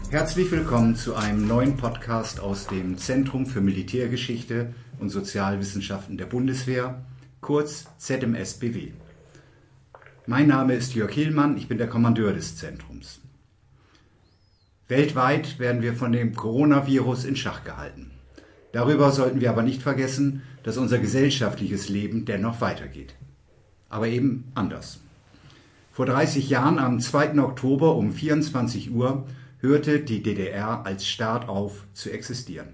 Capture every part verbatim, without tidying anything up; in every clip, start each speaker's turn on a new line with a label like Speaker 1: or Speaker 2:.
Speaker 1: Herzlich willkommen zu einem neuen Podcast aus dem Zentrum für Militärgeschichte und Sozialwissenschaften der Bundeswehr, kurz Z M S B W. Mein Name ist Jörg Hielmann, ich bin der Kommandeur des Zentrums. Weltweit werden wir von dem Coronavirus in Schach gehalten. Darüber sollten wir aber nicht vergessen, dass unser gesellschaftliches Leben dennoch weitergeht. Aber eben anders. Vor dreißig Jahren, am zweiten Oktober um vierundzwanzig Uhr, hörte die D D R als Staat auf zu existieren.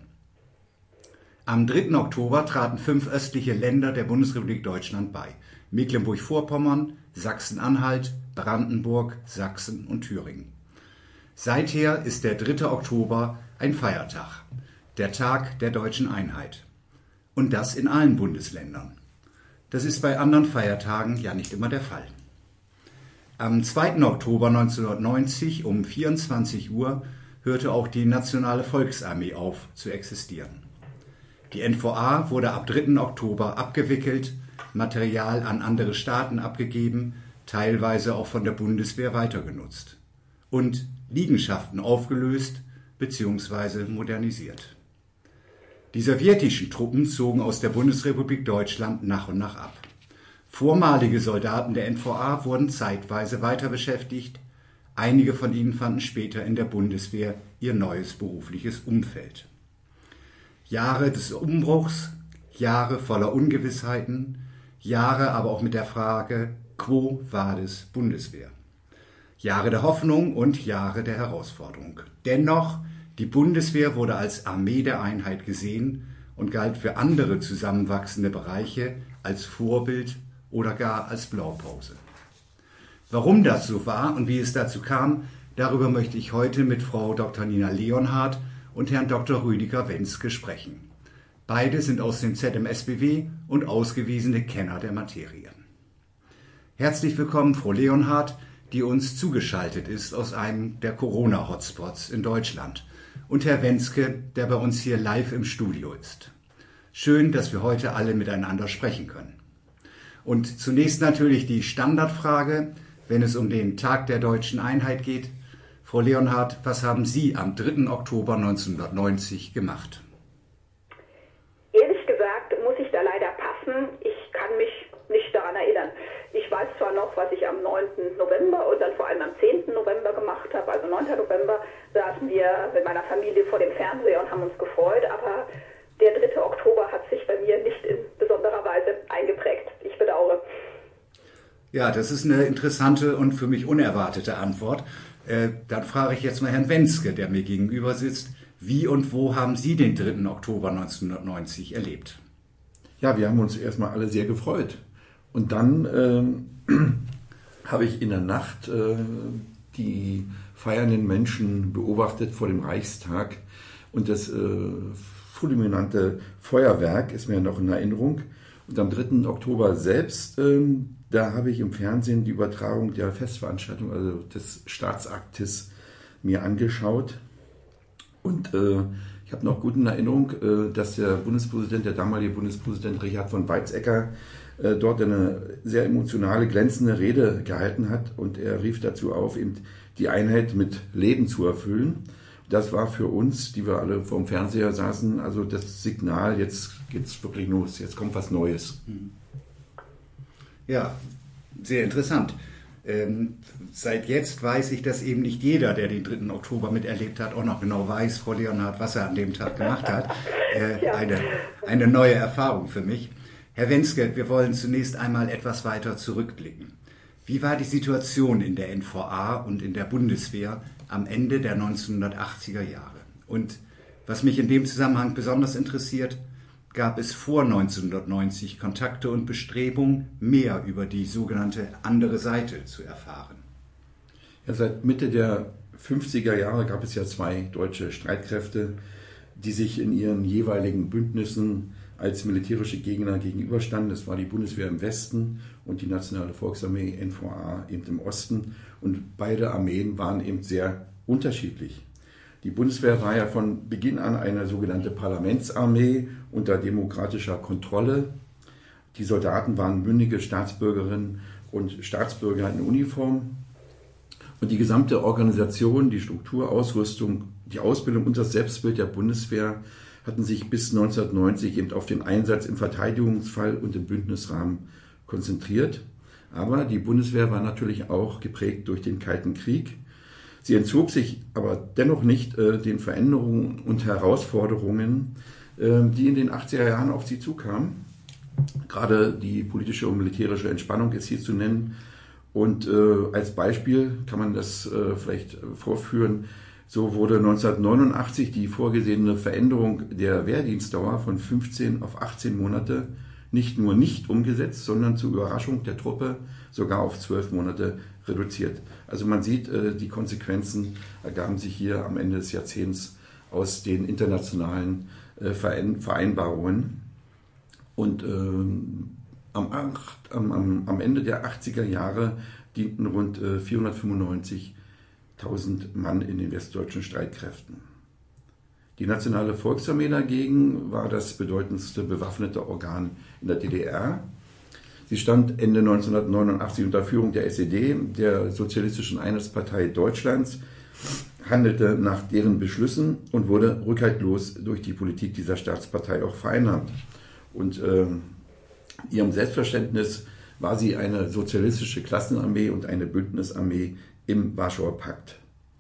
Speaker 1: Am dritten Oktober traten fünf östliche Länder der Bundesrepublik Deutschland bei: Mecklenburg-Vorpommern, Sachsen-Anhalt, Brandenburg, Sachsen und Thüringen. Seither ist der dritte Oktober ein Feiertag, der Tag der deutschen Einheit. Und das in allen Bundesländern. Das ist bei anderen Feiertagen ja nicht immer der Fall. Am zweiten Oktober neunzehnhundertneunzig um vierundzwanzig Uhr hörte auch die Nationale Volksarmee auf zu existieren. Die N V A wurde ab dritten Oktober abgewickelt, Material an andere Staaten abgegeben, teilweise auch von der Bundeswehr weitergenutzt und Liegenschaften aufgelöst bzw. modernisiert. Die sowjetischen Truppen zogen aus der Bundesrepublik Deutschland nach und nach ab. Vormalige Soldaten der N V A wurden zeitweise weiter beschäftigt. Einige von ihnen fanden später in der Bundeswehr ihr neues berufliches Umfeld. Jahre des Umbruchs, Jahre voller Ungewissheiten, Jahre aber auch mit der Frage, quo vadis Bundeswehr? Jahre der Hoffnung und Jahre der Herausforderung. Dennoch, die Bundeswehr wurde als Armee der Einheit gesehen und galt für andere zusammenwachsende Bereiche als Vorbild oder gar als Blaupause. Warum das so war und wie es dazu kam, darüber möchte ich heute mit Frau Doktor Nina Leonhardt und Herrn Doktor Rüdiger Wenske sprechen. Beide sind aus dem Z M S B W und ausgewiesene Kenner der Materie. Herzlich willkommen, Frau Leonhardt, die uns zugeschaltet ist aus einem der Corona-Hotspots in Deutschland, und Herr Wenske, der bei uns hier live im Studio ist. Schön, dass wir heute alle miteinander sprechen können. Und zunächst natürlich die Standardfrage, wenn es um den Tag der deutschen Einheit geht. Frau Leonhardt, was haben Sie am dritten Oktober neunzehnhundertneunzig gemacht?
Speaker 2: Ehrlich gesagt muss ich da leider passen. Ich kann mich nicht daran erinnern. Ich weiß zwar noch, was ich am neunten November und dann vor allem am zehnten November gemacht habe, also neunten November saßen wir mit meiner Familie vor dem Fernseher und haben uns gefreut, aber der dritte Oktober hat sich bei mir nicht in besonderer Weise eingeprägt. Ich bedauere.
Speaker 1: Ja, das ist eine interessante und für mich unerwartete Antwort. Äh, dann frage ich jetzt mal Herrn Wenske, der mir gegenüber sitzt. Wie und wo haben Sie den dritten Oktober neunzehnhundertneunzig erlebt?
Speaker 3: Ja, wir haben uns erstmal alle sehr gefreut. Und dann ähm, habe ich in der Nacht äh, die feiernden Menschen beobachtet vor dem Reichstag. Und das äh, fulminante Feuerwerk ist mir noch in Erinnerung. Und am dritten Oktober selbst, ähm, da habe ich im Fernsehen die Übertragung der Festveranstaltung, also des Staatsaktes, mir angeschaut. Und äh, ich habe noch gut in Erinnerung, äh, dass der Bundespräsident, der damalige Bundespräsident Richard von Weizsäcker, äh, dort eine sehr emotionale, glänzende Rede gehalten hat. Und er rief dazu auf, eben die Einheit mit Leben zu erfüllen. Das war für uns, die wir alle vorm Fernseher saßen, also das Signal, jetzt geht's wirklich los, jetzt kommt was Neues.
Speaker 1: Ja, sehr interessant. Ähm, seit jetzt weiß ich, dass eben nicht jeder, der den dritten Oktober miterlebt hat, auch noch genau weiß, Frau Leonhardt, was er an dem Tag gemacht hat. Äh, ja. eine, eine neue Erfahrung für mich. Herr Wenske, wir wollen zunächst einmal etwas weiter zurückblicken. Wie war die Situation in der N V A und in der Bundeswehr am Ende der neunzehnhundertachtziger Jahre? Und was mich in dem Zusammenhang besonders interessiert, gab es vor neunzehnhundertneunzig Kontakte und Bestrebungen, mehr über die sogenannte andere Seite zu erfahren?
Speaker 3: Ja, seit Mitte der fünfziger Jahre gab es ja zwei deutsche Streitkräfte, die sich in ihren jeweiligen Bündnissen als militärische Gegner gegenüberstanden. Das war die Bundeswehr im Westen und die Nationale Volksarmee N V A eben im Osten. Und beide Armeen waren eben sehr unterschiedlich. Die Bundeswehr war ja von Beginn an eine sogenannte Parlamentsarmee unter demokratischer Kontrolle. Die Soldaten waren mündige Staatsbürgerinnen und Staatsbürger in Uniform. Und die gesamte Organisation, die Struktur, Ausrüstung, die Ausbildung und das Selbstbild der Bundeswehr hatten sich bis neunzehnhundertneunzig eben auf den Einsatz im Verteidigungsfall und im Bündnisrahmen konzentriert. Aber die Bundeswehr war natürlich auch geprägt durch den Kalten Krieg. Sie entzog sich aber dennoch nicht äh, den Veränderungen und Herausforderungen, äh, die in den achtziger Jahren auf sie zukamen. Gerade die politische und militärische Entspannung ist hier zu nennen. Und äh, als Beispiel kann man das äh, vielleicht vorführen. So wurde neunzehnhundertneunundachtzig die vorgesehene Veränderung der Wehrdienstdauer von fünfzehn auf achtzehn Monate nicht nur nicht umgesetzt, sondern zur Überraschung der Truppe sogar auf zwölf Monate reduziert. Also man sieht, die Konsequenzen ergaben sich hier am Ende des Jahrzehnts aus den internationalen Vereinbarungen. Und ähm, am, am, am Ende der achtziger Jahre dienten rund vierhundertfünfundneunzigtausend Mann in den westdeutschen Streitkräften. Die Nationale Volksarmee dagegen war das bedeutendste bewaffnete Organ in der D D R. Sie stand Ende neunzehnhundertneunundachtzig unter Führung der S E D, der Sozialistischen Einheitspartei Deutschlands, handelte nach deren Beschlüssen und wurde rückhaltlos durch die Politik dieser Staatspartei auch vereinnahmt. Und äh, ihrem Selbstverständnis war sie eine sozialistische Klassenarmee und eine Bündnisarmee im Warschauer Pakt.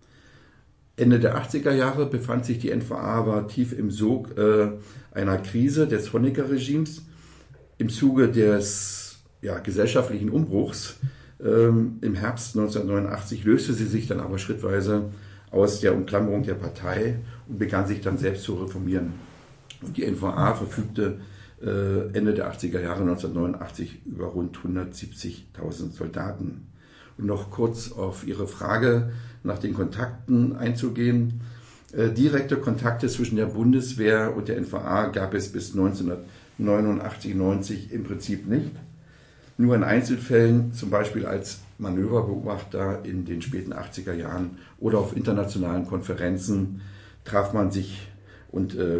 Speaker 3: Ende der achtziger Jahre befand sich die N V A aber tief im Sog äh, einer Krise des Honecker-Regimes. Im Zuge des ja, gesellschaftlichen Umbruchs ähm, im Herbst neunzehnhundertneunundachtzig löste sie sich dann aber schrittweise aus der Umklammerung der Partei und begann sich dann selbst zu reformieren. Und die N V A verfügte äh, Ende der achtziger Jahre neunzehnhundertneunundachtzig über rund hundertsiebzigtausend Soldaten. Und noch kurz auf Ihre Frage nach den Kontakten einzugehen. Äh, direkte Kontakte zwischen der Bundeswehr und der N V A gab es bis neunzehnhundertneunundachtzig neunzig im Prinzip nicht. Nur in Einzelfällen, zum Beispiel als Manöverbeobachter in den späten achtziger Jahren oder auf internationalen Konferenzen, traf man sich und äh,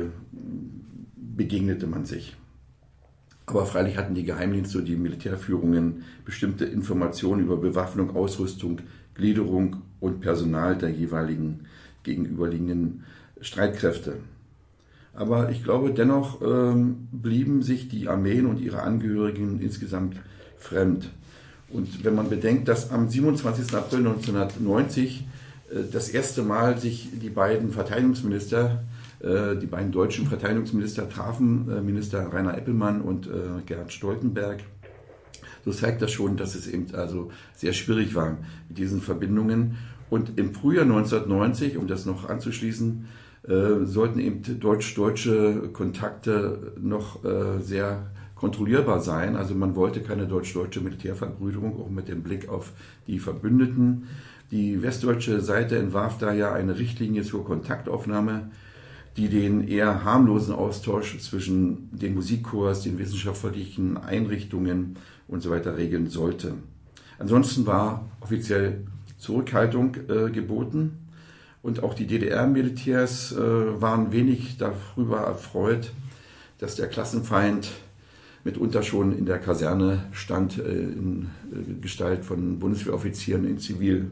Speaker 3: begegnete man sich. Aber freilich hatten die Geheimdienste und die Militärführungen bestimmte Informationen über Bewaffnung, Ausrüstung, Gliederung und Personal der jeweiligen gegenüberliegenden Streitkräfte. Aber ich glaube, dennoch ähm, blieben sich die Armeen und ihre Angehörigen insgesamt fremd. Und wenn man bedenkt, dass am siebenundzwanzigsten April neunzehnhundertneunzig äh, das erste Mal sich die beiden Verteidigungsminister, äh, die beiden deutschen Verteidigungsminister trafen, äh, Minister Rainer Eppelmann und äh, Gerhard Stoltenberg, so zeigt das schon, dass es eben also sehr schwierig war mit diesen Verbindungen. Und im Frühjahr neunzehnhundertneunzig, um das noch anzuschließen, äh, sollten eben deutsch-deutsche Kontakte noch äh, sehr kontrollierbar sein. Also man wollte keine deutsch-deutsche Militärverbrüderung, auch mit dem Blick auf die Verbündeten. Die westdeutsche Seite entwarf daher eine Richtlinie zur Kontaktaufnahme, die den eher harmlosen Austausch zwischen den Musikchors, den wissenschaftlichen Einrichtungen und so weiter regeln sollte. Ansonsten war offiziell Zurückhaltung äh, geboten und auch die D D R-Militärs äh, waren wenig darüber erfreut, dass der Klassenfeind mitunter schon in der Kaserne stand, äh, in äh, Gestalt von Bundeswehroffizieren in Zivil.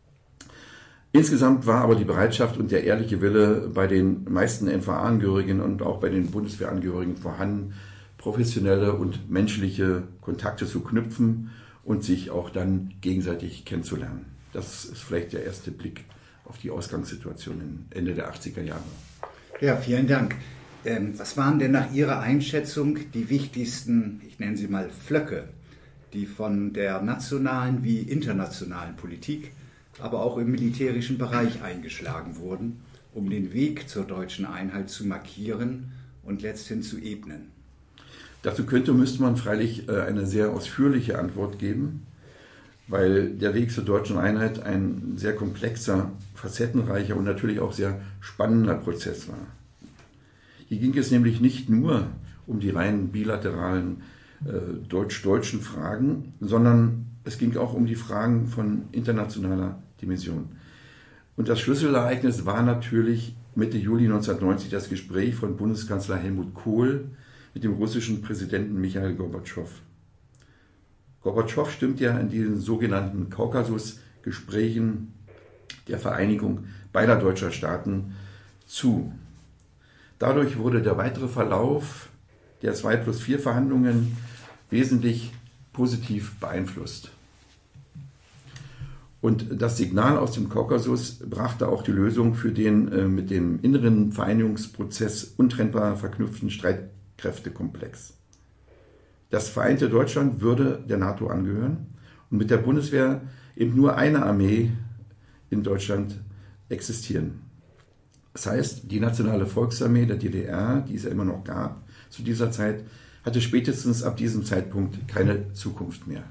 Speaker 3: Insgesamt war aber die Bereitschaft und der ehrliche Wille bei den meisten N V A-Angehörigen und auch bei den Bundeswehrangehörigen vorhanden, professionelle und menschliche Kontakte zu knüpfen und sich auch dann gegenseitig kennenzulernen. Das ist vielleicht der erste Blick auf die Ausgangssituation Ende der achtziger Jahre.
Speaker 1: Ja, vielen Dank. Ähm, was waren denn nach Ihrer Einschätzung die wichtigsten, ich nenne sie mal Pflöcke, die von der nationalen wie internationalen Politik, aber auch im militärischen Bereich eingeschlagen wurden, um den Weg zur deutschen Einheit zu markieren und letzthin zu ebnen?
Speaker 3: Dazu könnte, müsste man freilich eine sehr ausführliche Antwort geben, weil der Weg zur deutschen Einheit ein sehr komplexer, facettenreicher und natürlich auch sehr spannender Prozess war. Hier ging es nämlich nicht nur um die rein bilateralen äh, deutsch-deutschen Fragen, sondern es ging auch um die Fragen von internationaler Dimension. Und das Schlüsselereignis war natürlich Mitte Juli neunzehnhundertneunzig das Gespräch von Bundeskanzler Helmut Kohl mit dem russischen Präsidenten Michail Gorbatschow. Gorbatschow stimmt ja in diesen sogenannten Kaukasus-Gesprächen der Vereinigung beider deutscher Staaten zu. Dadurch wurde der weitere Verlauf der zwei plus vier Verhandlungen wesentlich positiv beeinflusst. Und das Signal aus dem Kaukasus brachte auch die Lösung für den äh, mit dem inneren Vereinigungsprozess untrennbar verknüpften Streitkräftekomplex. Das vereinte Deutschland würde der NATO angehören und mit der Bundeswehr eben nur eine Armee in Deutschland existieren. Das heißt, die Nationale Volksarmee der D D R, die es ja immer noch gab zu dieser Zeit, hatte spätestens ab diesem Zeitpunkt keine Zukunft mehr.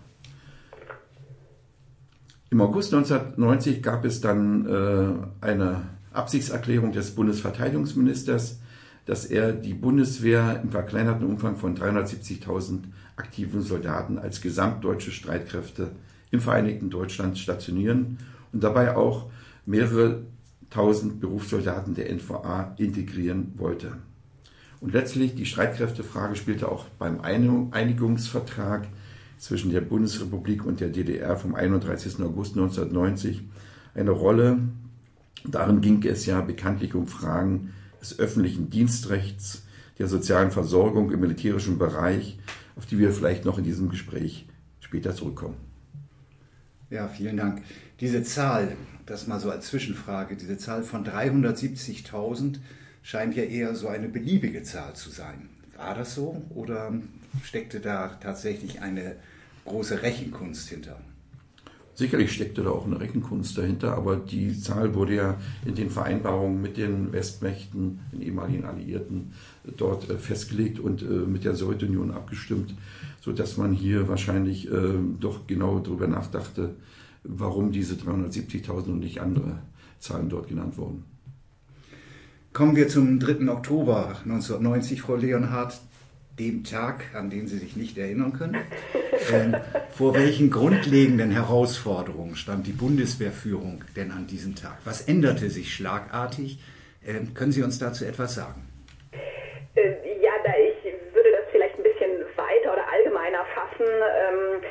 Speaker 3: Im August neunzehnhundertneunzig gab es dann äh, eine Absichtserklärung des Bundesverteidigungsministers, dass er die Bundeswehr im verkleinerten Umfang von dreihundertsiebzigtausend aktiven Soldaten als gesamtdeutsche Streitkräfte im Vereinigten Deutschland stationieren und dabei auch mehrere tausend Berufssoldaten der N V A integrieren wollte. Und letztlich die Streitkräftefrage spielte auch beim Einigungsvertrag zwischen der Bundesrepublik und der D D R vom einunddreißigsten August neunzehnhundertneunzig eine Rolle. Darin ging es ja bekanntlich um Fragen des öffentlichen Dienstrechts, der sozialen Versorgung im militärischen Bereich, auf die wir vielleicht noch in diesem Gespräch später zurückkommen.
Speaker 1: Ja, vielen Dank. Diese Zahl, das mal so als Zwischenfrage, diese Zahl von dreihundertsiebzigtausend scheint ja eher so eine beliebige Zahl zu sein. War das so oder steckte da tatsächlich eine große Rechenkunst hinter?
Speaker 3: Sicherlich steckte da auch eine Rechenkunst dahinter, aber die Zahl wurde ja in den Vereinbarungen mit den Westmächten, den ehemaligen Alliierten, dort festgelegt und mit der Sowjetunion abgestimmt, sodass man hier wahrscheinlich doch genau darüber nachdachte, warum diese dreihundertsiebzigtausend und nicht andere Zahlen dort genannt wurden.
Speaker 1: Kommen wir zum dritten Oktober neunzehnhundertneunzig, Frau Leonhardt, dem Tag, an den Sie sich nicht erinnern können. Ähm, vor welchen grundlegenden Herausforderungen stand die Bundeswehrführung denn an diesem Tag? Was änderte sich schlagartig? Ähm, können Sie uns dazu etwas sagen?
Speaker 2: Äh, ja, da ich würde das vielleicht ein bisschen weiter oder allgemeiner fassen. Ähm,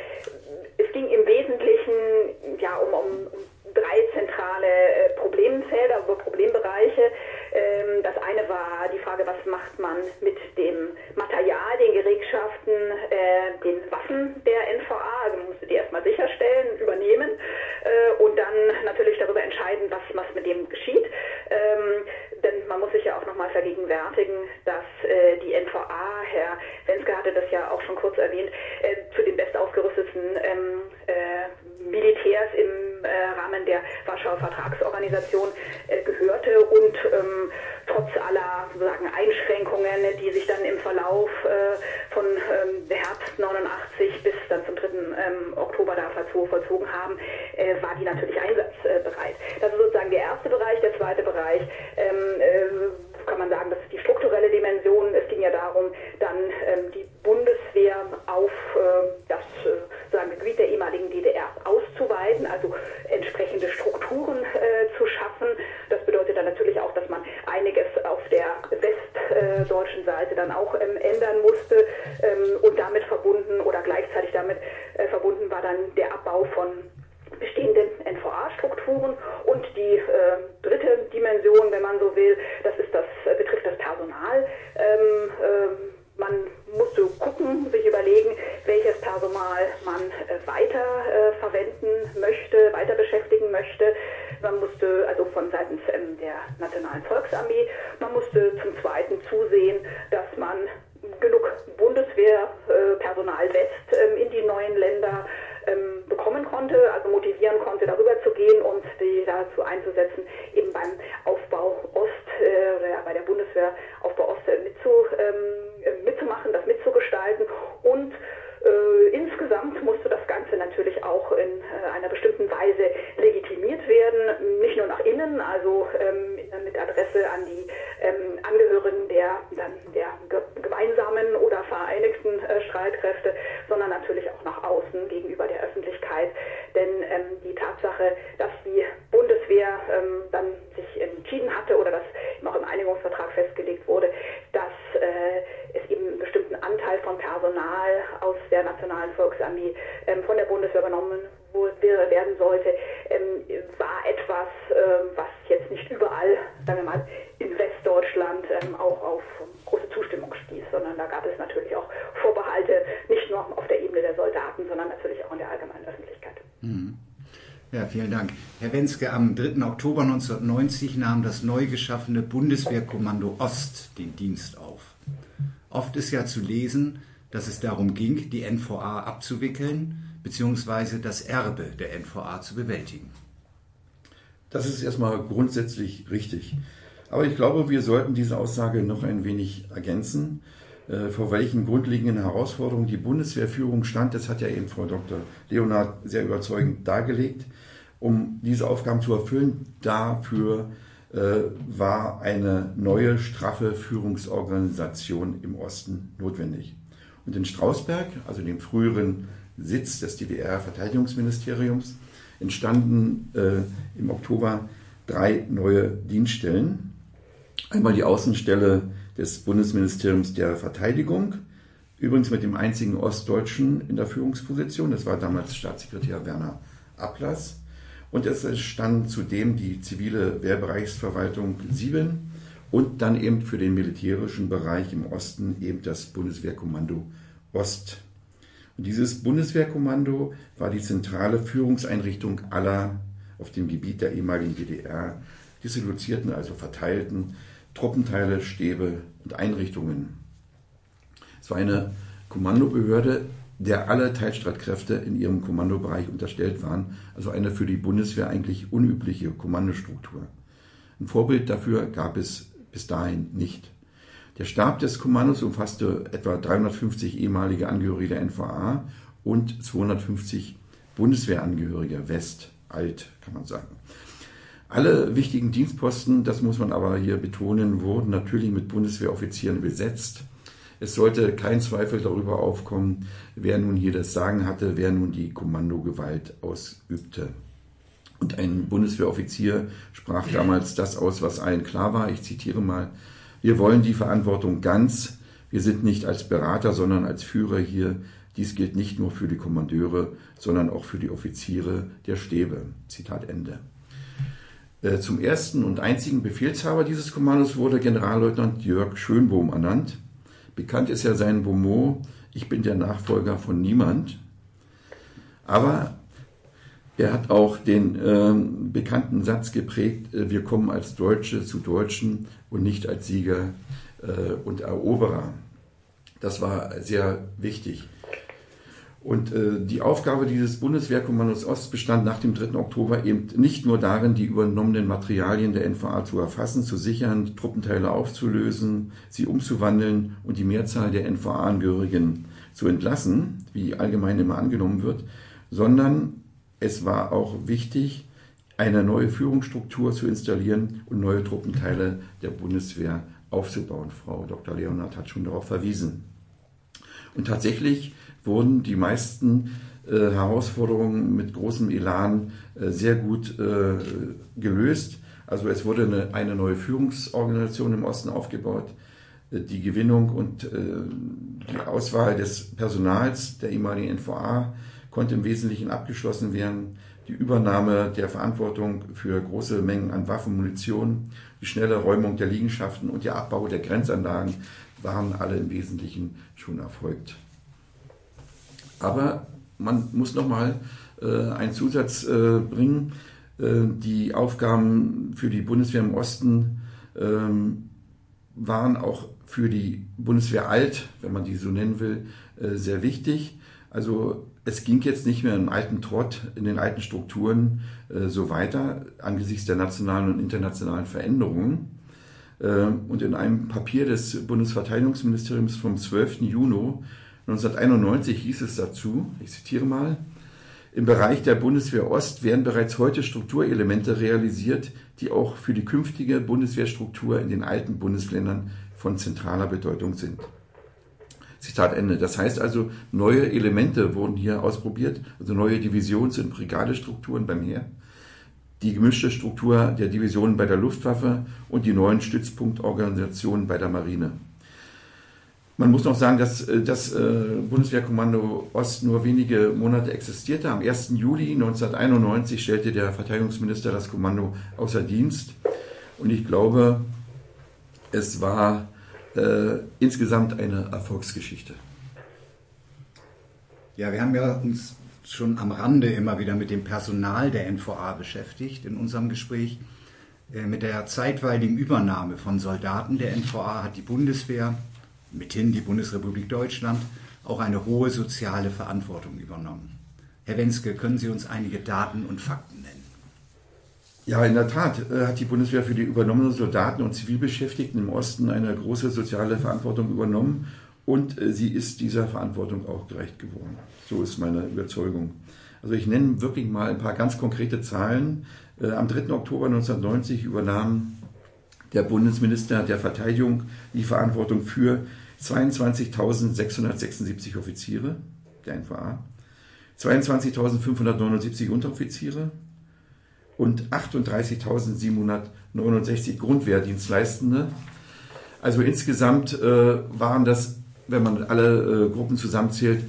Speaker 2: es ging im Wesentlichen ja, um, um, um drei zentrale äh, Problemfelder, also Problembereiche. Ähm, das eine war die Frage, was macht man mit dem Material, den Gerätschaften, äh, den Waffen der N V A, also man musste die erstmal sicherstellen, übernehmen äh, und dann natürlich darüber entscheiden, was, was mit dem geschieht. Ähm, denn man muss sich ja auch nochmal vergegenwärtigen, dass äh, die N V A, Herr Wenske hatte das ja auch schon kurz erwähnt, äh, zu den bestausgerüsteten ähm, äh, Militärs im äh, Rahmen der Warschauer Vertragsorganisation äh, gehörte und ähm, trotz aller sozusagen Einschränkungen, die sich dann im Verlauf äh, von ähm, Herbst neunundachtzig bis dann zum dritten Ähm, Oktober da vollzogen haben, äh, war die natürlich einsatzbereit. Das ist sozusagen der erste Bereich. Der zweite Bereich ähm, äh, kann man sagen, das ist die strukturelle Dimension. Es ging ja darum, dann ähm, die Bundeswehr auf äh, das äh, sagen, Gebiet der ehemaligen D D R auszuweiten, also entsprechende Strukturen äh, zu schaffen. Das bedeutet dann natürlich auch, dass man einiges auf der westdeutschen Seite dann auch ähm, ändern musste ähm, und damit verbunden oder gleichzeitig damit äh, verbunden war dann der Abbau von bestehenden N V A-Strukturen und die äh, dritte Dimension, wenn man so will, das ist das äh, betrifft das Personal. Ähm, äh, man musste gucken, sich überlegen, welches Personal man äh, weiter äh, verwenden möchte, weiter beschäftigen möchte. Man musste also von seitens ähm, der Nationalen Volksarmee, man musste zum Zweiten zusehen, dass man genug Bundeswehrpersonal äh, West ähm, in die neuen Länder ähm, bekommen konnte, also motivieren konnte, darüber zu gehen und die dazu einzusetzen, eben beim Aufbau Ost, äh, oder bei der Bundeswehraufbau Ost äh, mitzu, ähm, mitzumachen, das mitzugestalten und äh, insgesamt musste das Ganze natürlich auch in äh, einer bestimmten Weise legitimiert werden, nicht nur nach innen, also ähm, mit Adresse an die ähm, Angehörigen der, dann der gemeinsamen oder vereinigten äh, Streitkräfte, sondern natürlich auch nach außen gegenüber der Öffentlichkeit. Denn ähm, die Tatsache, dass die Bundeswehr ähm, dann sich entschieden hatte oder dass auch im Einigungsvertrag festgelegt wurde, dass äh, es eben einen bestimmten Anteil von Personal aus der Nationalen Nationalen Volksarmee ähm, von der Bundeswehr übernommen werden sollte, ähm, war etwas, ähm, was jetzt nicht überall, sagen wir mal, in Westdeutschland ähm, auch auf große Zustimmung stieß, sondern da gab es natürlich auch Vorbehalte, nicht nur auf der Ebene der Soldaten, sondern natürlich auch in der allgemeinen Öffentlichkeit.
Speaker 1: Mhm. Ja, vielen Dank. Herr Wenske, am dritten Oktober neunzehnhundertneunzig nahm das neu geschaffene Bundeswehrkommando Ost den Dienst auf. Oft ist ja zu lesen, dass es darum ging, die N V A abzuwickeln, beziehungsweise das Erbe der N V A zu bewältigen.
Speaker 3: Das ist erstmal grundsätzlich richtig. Aber ich glaube, wir sollten diese Aussage noch ein wenig ergänzen. Äh, vor welchen grundlegenden Herausforderungen die Bundeswehrführung stand, das hat ja eben Frau Doktor Leonhardt sehr überzeugend dargelegt. Um diese Aufgaben zu erfüllen, dafür äh, war eine neue, straffe Führungsorganisation im Osten notwendig. Und in Strausberg, also dem früheren Sitz des D D R-Verteidigungsministeriums, entstanden äh, im Oktober drei neue Dienststellen. Einmal die Außenstelle des Bundesministeriums der Verteidigung, übrigens mit dem einzigen Ostdeutschen in der Führungsposition, das war damals Staatssekretär Werner Ablass. Und es entstand zudem die zivile Wehrbereichsverwaltung sieben und dann eben für den militärischen Bereich im Osten eben das Bundeswehrkommando Ost. Und dieses Bundeswehrkommando war die zentrale Führungseinrichtung aller auf dem Gebiet der ehemaligen D D R dislozierten, also verteilten Truppenteile, Stäbe und Einrichtungen. Es war eine Kommandobehörde, der alle Teilstreitkräfte in ihrem Kommandobereich unterstellt waren, also eine für die Bundeswehr eigentlich unübliche Kommandostruktur. Ein Vorbild dafür gab es bis dahin nicht. Der Stab des Kommandos umfasste etwa dreihundertfünfzig ehemalige Angehörige der N V A und zweihundertfünfzig Bundeswehrangehörige, West, Alt, kann man sagen. Alle wichtigen Dienstposten, das muss man aber hier betonen, wurden natürlich mit Bundeswehroffizieren besetzt. Es sollte kein Zweifel darüber aufkommen, wer nun hier das Sagen hatte, wer nun die Kommandogewalt ausübte. Und ein Bundeswehroffizier sprach damals das aus, was allen klar war. Ich zitiere mal: Wir wollen die Verantwortung ganz. Wir sind nicht als Berater, sondern als Führer hier. Dies gilt nicht nur für die Kommandeure, sondern auch für die Offiziere der Stäbe. Zitat Ende. Zum ersten und einzigen Befehlshaber dieses Kommandos wurde Generalleutnant Jörg Schönbohm ernannt. Bekannt ist ja sein Bonmot: Ich bin der Nachfolger von niemand. Aber er hat auch den äh, bekannten Satz geprägt: Wir kommen als Deutsche zu Deutschen und nicht als Sieger äh, und Eroberer. Das war sehr wichtig. Und äh, die Aufgabe dieses Bundeswehrkommandos Ost bestand nach dem dritten Oktober eben nicht nur darin, die übernommenen Materialien der N V A zu erfassen, zu sichern, Truppenteile aufzulösen, sie umzuwandeln und die Mehrzahl der N V A-Angehörigen zu entlassen, wie allgemein immer angenommen wird, sondern es war auch wichtig, eine neue Führungsstruktur zu installieren und neue Truppenteile der Bundeswehr aufzubauen. Frau Doktor Leonhardt hat schon darauf verwiesen. Und tatsächlich wurden die meisten äh, Herausforderungen mit großem Elan äh, sehr gut äh, gelöst. Also es wurde eine, eine neue Führungsorganisation im Osten aufgebaut. Äh, die Gewinnung und äh, die Auswahl des Personals der ehemaligen N V A konnte im Wesentlichen abgeschlossen werden. Die Übernahme der Verantwortung für große Mengen an Waffen, Munition, die schnelle Räumung der Liegenschaften und der Abbau der Grenzanlagen waren alle im Wesentlichen schon erfolgt. Aber man muss nochmal äh, einen Zusatz äh, bringen. Äh, die Aufgaben für die Bundeswehr im Osten ähm, waren auch für die Bundeswehr alt, wenn man die so nennen will, äh, sehr wichtig. Also es ging jetzt nicht mehr im alten Trott, in den alten Strukturen äh, so weiter, angesichts der nationalen und internationalen Veränderungen. Äh, und in einem Papier des Bundesverteidigungsministeriums vom zwölften Juni neunzehnhunderteinundneunzig hieß es dazu, ich zitiere mal: Im Bereich der Bundeswehr Ost werden bereits heute Strukturelemente realisiert, die auch für die künftige Bundeswehrstruktur in den alten Bundesländern von zentraler Bedeutung sind. Zitat Ende. Das heißt also, neue Elemente wurden hier ausprobiert, also neue Divisions- und Brigadestrukturen beim Heer, die gemischte Struktur der Divisionen bei der Luftwaffe und die neuen Stützpunktorganisationen bei der Marine. Man muss noch sagen, dass das Bundeswehrkommando Ost nur wenige Monate existierte. Am ersten Juli neunzehnhunderteinundneunzig stellte der Verteidigungsminister das Kommando außer Dienst. Und ich glaube, es war äh, insgesamt eine Erfolgsgeschichte.
Speaker 1: Ja, wir haben ja uns schon am Rande immer wieder mit dem Personal der N V A beschäftigt in unserem Gespräch. Äh, mit der zeitweiligen Übernahme von Soldaten der N V A hat die Bundeswehr, mithin die Bundesrepublik Deutschland, auch eine hohe soziale Verantwortung übernommen. Herr Wenske, können Sie uns einige Daten und Fakten nennen?
Speaker 3: Ja, in der Tat äh, hat die Bundeswehr für die übernommenen Soldaten und Zivilbeschäftigten im Osten eine große soziale Verantwortung übernommen und äh, sie ist dieser Verantwortung auch gerecht geworden. So ist meine Überzeugung. Also ich nenne wirklich mal ein paar ganz konkrete Zahlen. Äh, am dritten Oktober neunzehnhundertneunzig übernahm der Bundesminister der Verteidigung die Verantwortung für zweiundzwanzigtausendsechshundertsechsundsiebzig Offiziere der N V A, zweiundzwanzigtausendfünfhundertneunundsiebzig Unteroffiziere und achtunddreißigtausendsiebenhundertneunundsechzig Grundwehrdienstleistende. Also insgesamt äh, waren das, wenn man alle äh, Gruppen zusammenzählt,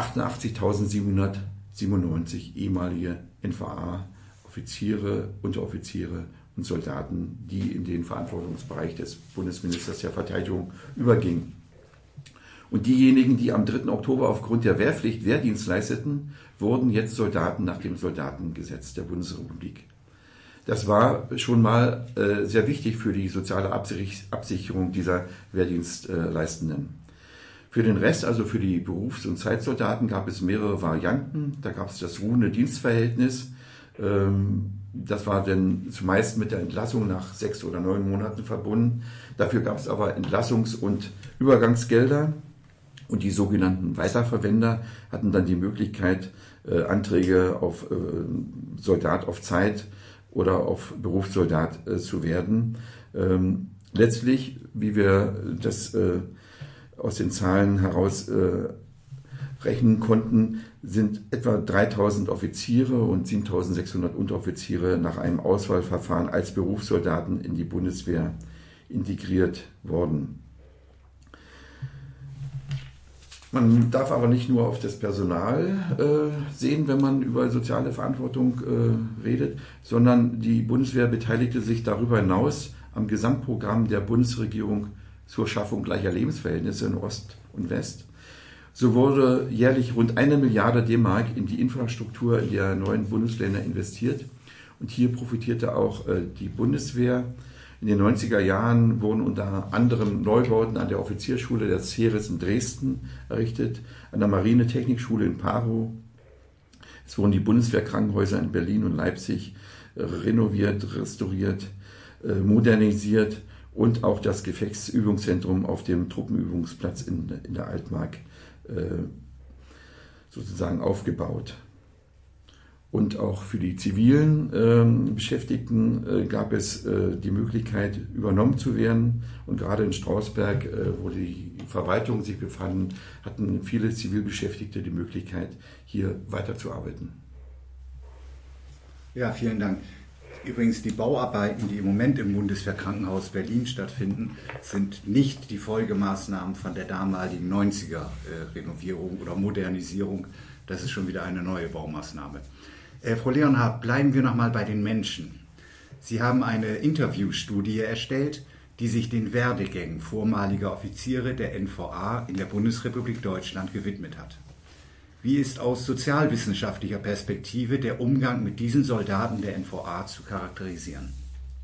Speaker 3: achtundachtzigtausendsiebenhundertsiebenundneunzig ehemalige N V A-Offiziere, Unteroffiziere und Soldaten, die in den Verantwortungsbereich des Bundesministers der Verteidigung übergingen. Und diejenigen, die am dritten Oktober aufgrund der Wehrpflicht Wehrdienst leisteten, wurden jetzt Soldaten nach dem Soldatengesetz der Bundesrepublik. Das war schon mal äh, sehr wichtig für die soziale Absicherung dieser Wehrdienstleistenden. Für den Rest, also für die Berufs- und Zeitsoldaten, gab es mehrere Varianten. Da gab es das ruhende Dienstverhältnis. Ähm, das war dann zumeist mit der Entlassung nach sechs oder neun Monaten verbunden. Dafür gab es aber Entlassungs- und Übergangsgelder. Und die sogenannten Weiterverwender hatten dann die Möglichkeit, äh, Anträge auf äh, Soldat auf Zeit oder auf Berufssoldat äh, zu werden. Ähm, letztlich, wie wir das äh, aus den Zahlen heraus äh, rechnen konnten, sind etwa dreitausend Offiziere und siebentausendsechshundert Unteroffiziere nach einem Auswahlverfahren als Berufssoldaten in die Bundeswehr integriert worden. Man darf aber nicht nur auf das Personal äh, sehen, wenn man über soziale Verantwortung äh, redet, sondern die Bundeswehr beteiligte sich darüber hinaus am Gesamtprogramm der Bundesregierung zur Schaffung gleicher Lebensverhältnisse in Ost und West. So wurde jährlich rund eine Milliarde D-Mark in die Infrastruktur der neuen Bundesländer investiert und hier profitierte auch äh, die Bundeswehr. In den neunziger Jahren wurden unter anderem Neubauten an der Offizierschule des Heeres in Dresden errichtet, an der Marinetechnikschule in Parow. Es wurden die Bundeswehrkrankenhäuser in Berlin und Leipzig renoviert, restauriert, modernisiert und auch das Gefechtsübungszentrum auf dem Truppenübungsplatz in, in der Altmark sozusagen aufgebaut. Und auch für die zivilen äh, Beschäftigten äh, gab es äh, die Möglichkeit, übernommen zu werden. Und gerade in Strausberg, äh, wo die Verwaltungen sich befanden, hatten viele Zivilbeschäftigte die Möglichkeit, hier weiterzuarbeiten.
Speaker 1: Ja, vielen Dank. Übrigens, die Bauarbeiten, die im Moment im Bundeswehrkrankenhaus Berlin stattfinden, sind nicht die Folgemaßnahmen von der damaligen neunziger-Renovierung oder Modernisierung. Das ist schon wieder eine neue Baumaßnahme. Äh, Frau Leonhardt, bleiben wir nochmal bei den Menschen. Sie haben eine Interviewstudie erstellt, die sich den Werdegängen vormaliger Offiziere der N V A in der Bundesrepublik Deutschland gewidmet hat. Wie ist aus sozialwissenschaftlicher Perspektive der Umgang mit diesen Soldaten der N V A zu charakterisieren?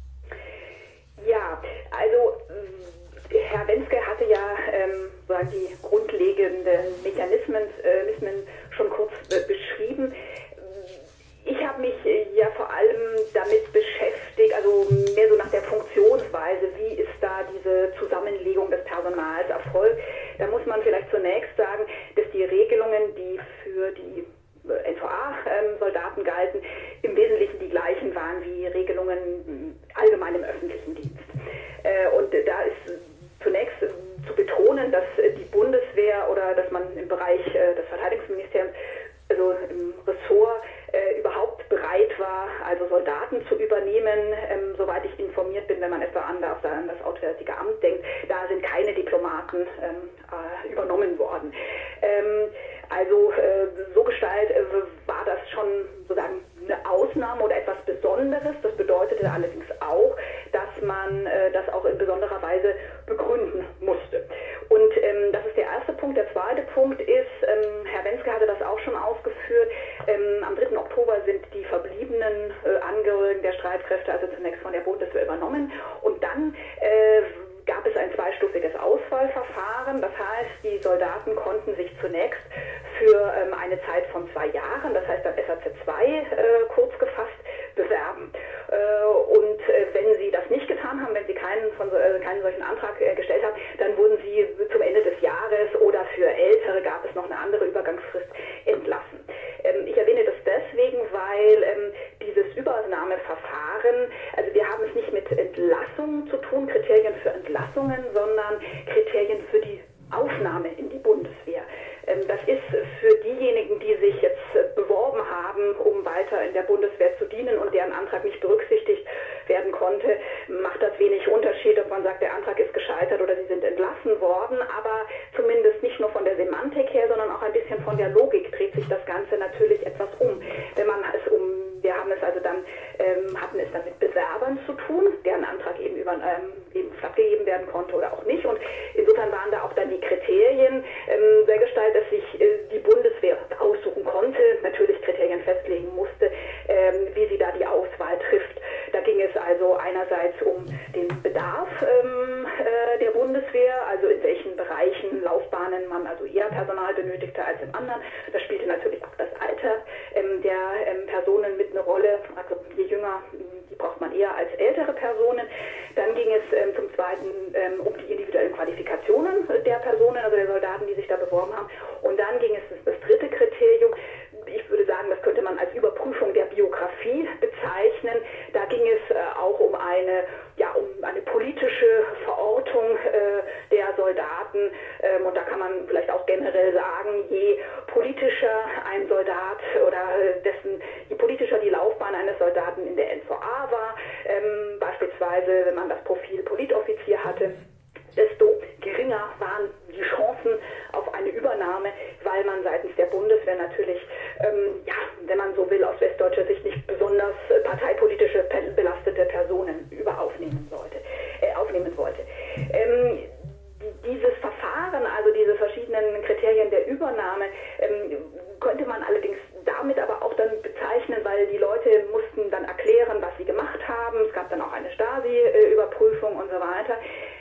Speaker 2: Ja, also Herr Wenske hatte ja ähm, die grundlegenden Mechanismen äh, schon kurz äh, beschrieben. Ich habe mich ja vor allem damit beschäftigt, also mehr so nach der Funktionsweise, wie ist da diese Zusammenlegung des Personals erfolgt. Da muss man vielleicht zunächst sagen, dass die Regelungen, die für die N V A-Soldaten galten, im Wesentlichen die gleichen waren wie Regelungen allgemein im öffentlichen Dienst. Und da ist zunächst zu betonen, dass die Bundeswehr oder dass man im Bereich des Verteidigungsministeriums, also im Ressort, äh, überhaupt bereit war, also also Soldaten zu übernehmen. Ähm, soweit ich informiert bin, wenn man etwa an das, an das Auswärtige Amt denkt, da sind keine Diplomaten ähm, äh, übernommen worden. Ähm, also äh, so Gestalt äh, war das schon sozusagen eine Ausnahme oder etwas Besonderes. Das bedeutete allerdings auch, dass man äh, das auch in besonderer Weise begründen musste. Und ähm, das ist der erste Punkt. Der zweite Punkt ist, ähm, Herr Wenske hatte das auch schon ausgeführt, ähm, am dritten Oktober sind die verbliebenen äh, Angehörigen der Streitkräfte also zunächst von der Bundeswehr übernommen und dann äh, gab es ein zweistufiges Auswahlverfahren. Das heißt, die Soldaten konnten sich zunächst für ähm, eine Zeit von zwei Jahren, das heißt dann S A C zwei äh, kurz gefasst, bewerben. Äh, und äh, wenn sie das nicht getan haben, wenn sie keinen, von, äh, keinen solchen Antrag äh, gestellt haben, dann wurden sie zum Ende des Jahres oder für Ältere gab es noch eine andere Übergangsfrist entlassen. Ähm, ich erwähne das deswegen, weil ähm, dieses Übernahmeverfahren, also wir haben es nicht mit Entlassungen zu tun, Kriterien für Entlassungen, sondern Kriterien für die Aufnahme in die Bundeswehr. Das ist für diejenigen, die sich jetzt beworben haben, um weiter in der Bundeswehr zu dienen und deren Antrag nicht berücksichtigt werden konnte, macht das wenig Unterschied, ob man sagt, der Antrag ist gescheitert oder sie sind entlassen worden, aber zumindest nicht nur von der Semantik her, sondern auch ein bisschen von der Logik dreht sich das Ganze natürlich etwas um. Wenn man es um Wir haben es also dann, ähm, hatten es dann mit Bewerbern zu tun, deren Antrag eben über ähm, eben stattgegeben werden konnte oder auch nicht. Und insofern waren da auch dann die Kriterien ähm, der Gestalt, dass sich äh, die Bundeswehr aussuchen konnte, natürlich Kriterien festlegen musste, ähm, wie sie da die Auswahl trifft. Da ging es also einerseits um den Bedarf ähm, äh, der Bundeswehr, also in welchen Bereichen, Laufbahnen man also eher Personal benötigte als im anderen. Da spielte natürlich auch das Alter ähm, der ähm, Personen mit eine Rolle, also je jünger, die braucht man eher als ältere Personen. Dann ging es ähm, zum Zweiten ähm, um die individuellen Qualifikationen der Personen, also der Soldaten, die sich da beworben haben. Und dann ging es, das, das dritte Kriterium, ich würde sagen, das könnte man als Überprüfung der Biografie bezeichnen. Da ging es äh, auch um eine, ja, um eine politische Verortung äh, der Soldaten. Ähm, und da kann man vielleicht auch generell sagen, je politischer ein Soldat oder äh, dessen, je politischer die Laufbahn eines Soldaten in der N V A war, ähm, beispielsweise wenn man das Profil Politoffizier hatte, desto geringer waren die Chancen auf eine Übernahme, weil man seitens der Bundeswehr natürlich, ähm, ja, wenn man so will, aus westdeutscher Sicht nicht besonders äh, parteipolitische belastete Personen über aufnehmen sollte, äh, aufnehmen wollte. Ähm, dieses Verfahren, also diese verschiedenen Kriterien der Übernahme, ähm, könnte man allerdings damit aber auch dann bezeichnen, weil die Leute mussten dann erklären, was sie gemacht haben. Es gab dann auch eine Stasi-Überprüfung und so weiter.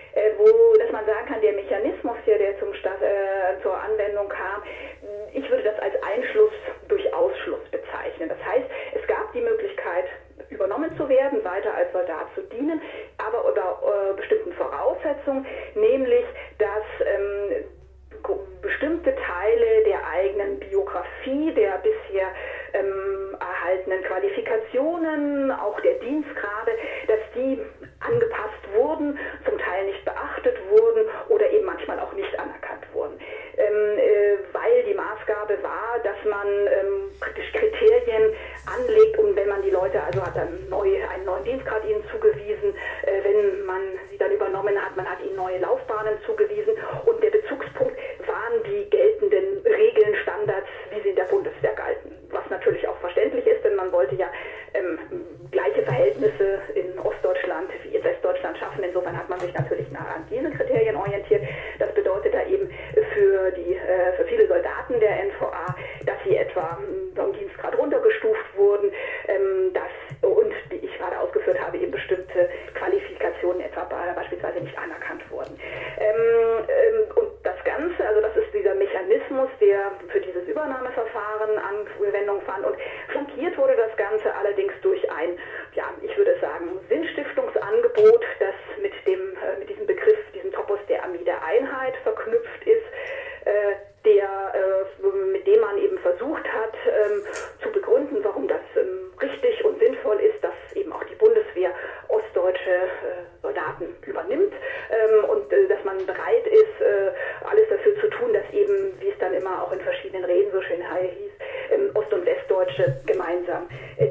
Speaker 2: Wo, dass man sagen kann, der Mechanismus hier, der zum Start, äh, zur Anwendung kam, ich würde das als Einschluss durch Ausschluss bezeichnen. Das heißt, es gab die Möglichkeit, übernommen zu werden, weiter als Soldat zu dienen, aber unter äh, bestimmten Voraussetzungen, nämlich, dass ähm, bestimmte Teile der eigenen Biografie, der bisher ähm, erhaltenen Qualifikationen, auch der Dienstgrade, dass die angepasst wurden, zum Teil nicht beachtet wurden oder eben manchmal auch nicht anerkannt wurden. Ähm, äh, weil die Maßgabe war, dass man ähm, praktisch Kriterien anlegt und wenn man die Leute, also hat dann neu, einen neuen Dienstgrad ihnen zugewiesen, äh, wenn man sie dann übernommen hat, man hat ihnen neue Laufbahnen zugewiesen und der Bezugspunkt waren die geltenden Regeln, Standards, wie sie in der Bundeswehr galten. Was natürlich auch verständlich ist, denn man wollte ja ähm, gleiche Verhältnisse in Ostdeutschland wie in Westdeutschland schaffen. Insofern hat man sich natürlich nach an diesen Kriterien orientiert. Das bedeutet da eben für, die, äh, für viele Soldaten der N V A, dass sie etwa vom Dienstgrad runtergestuft wurden, ähm, dass, und wie ich gerade ausgeführt habe, eben bestimmte Qualifikationen etwa beispielsweise nicht anerkannt wurden. Ähm, ähm, und das Ganze, also das ist dieser Mechanismus, der für dieses Übernahmeverfahren Anwendung fand und flankiert wurde das Ganze allerdings durch ein, ja, ich würde sagen, Sinnstiftungsangebot, das mit dem, äh, mit diesem Begriff, diesem Topos der Armee der Einheit verknüpft ist, äh, der, äh, mit dem man eben versucht hat, ähm, zu begründen, warum das ähm, richtig und sinnvoll ist, dass eben auch die Bundeswehr ostdeutsche äh, Soldaten übernimmt ähm, und äh, dass man bereit ist, äh, alles dafür zu tun, dass eben, wie es dann immer auch in verschiedenen Reden so schön hieß, ähm, Ost- und Westdeutsche gemeinsam äh, Dienst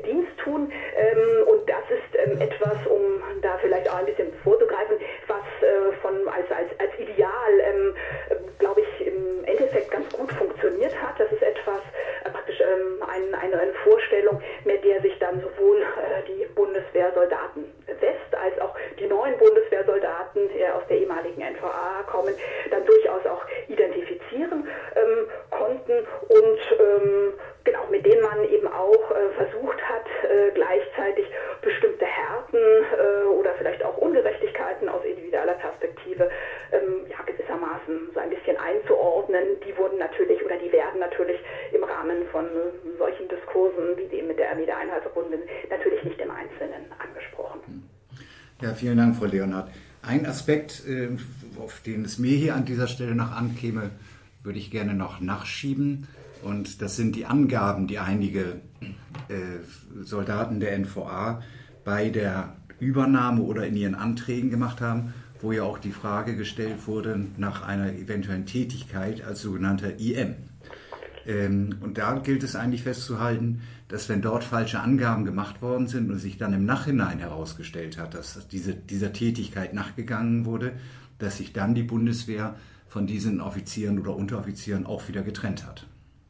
Speaker 2: tun. Ähm, und das ist ähm, etwas, um da vielleicht auch ein bisschen vorzugreifen, was äh, von als, als, als Ideal, ähm, äh, glaube ich, im Endeffekt ganz gut funktioniert hat. Das ist etwas, äh, praktisch ähm, ein, eine, eine Vorstellung, mit der sich dann sowohl äh, die Bundeswehrsoldaten West als auch die neuen Bundeswehrsoldaten äh, aus der ehemaligen N V A kommen, dann durchaus auch identifizieren ähm, konnten und ähm, genau, mit denen man eben auch äh, versucht hat, äh, gleichzeitig bestimmte Härten äh, oder vielleicht auch Ungerechtigkeiten aus individueller Perspektive ähm, ja, gewissermaßen so ein bisschen einzuordnen. Die wurden natürlich oder die werden natürlich im Rahmen von äh, solchen Diskursen wie dem mit der Wiedereinheitsrunde natürlich nicht im Einzelnen angesprochen.
Speaker 1: Ja, vielen Dank, Frau Leonhardt. Ein Aspekt, äh, auf den es mir hier an dieser Stelle noch ankäme, würde ich gerne noch nachschieben. Und das sind die Angaben, die einige äh, Soldaten der N V A bei der Übernahme oder in ihren Anträgen gemacht haben, wo ja auch die Frage gestellt wurde nach einer eventuellen Tätigkeit als sogenannter I M. Ähm, und da gilt es eigentlich festzuhalten, dass wenn dort falsche Angaben gemacht worden sind und sich dann im Nachhinein herausgestellt hat, dass diese, dieser Tätigkeit nachgegangen wurde, dass sich dann die Bundeswehr von diesen Offizieren oder Unteroffizieren auch wieder getrennt hat.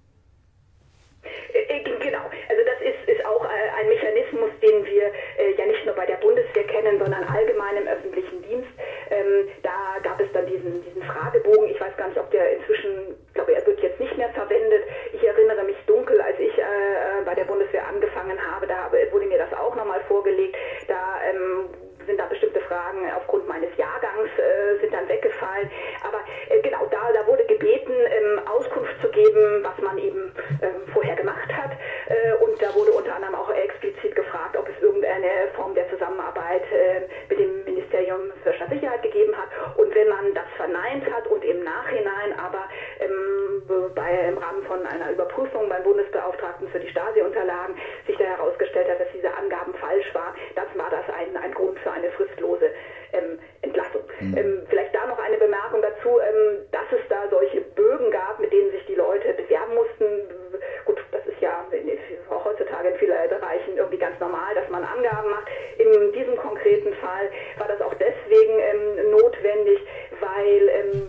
Speaker 2: Ein Mechanismus, den wir äh, ja nicht nur bei der Bundeswehr kennen, sondern allgemein im öffentlichen Dienst. Ähm, da gab es dann diesen, diesen Fragebogen. Ich weiß gar nicht, ob der inzwischen, ich glaube, er wird jetzt nicht mehr verwendet. Ich erinnere mich dunkel, als ich äh, bei der Bundeswehr angefangen habe, da wurde mir das auch nochmal vorgelegt. Da ähm, sind da bestimmte Fragen aufgrund meines Jahrgangs äh, sind dann weggefallen. Aber äh, genau, da, da wurde gebeten, ähm, Auskunft zu geben, was man eben ähm, vorher gemacht hat. Äh, und da wurde unter anderem auch explizit gefragt, ob es irgendeine Form der Zusammenarbeit äh, mit dem Ministerium für Staatssicherheit gegeben hat. Und wenn man das verneint hat und im Nachhinein aber ähm, bei, im Rahmen von einer Überprüfung beim Bundesbeauftragten für die Stasi-Unterlagen sich da herausgestellt hat, dass diese Angaben falsch waren, dann war das ein, ein Grund für eine fristlose ähm, Entlassung. Mhm. Ähm, vielleicht da noch eine Bemerkung dazu, ähm, dass es da solche Bögen gab, mit denen sich die Leute bewerben mussten. Gut, das ist ja in, auch heutzutage in vielen Bereichen irgendwie ganz normal, dass man Angaben macht. In diesem konkreten Fall war das auch deswegen ähm, notwendig, weil ähm,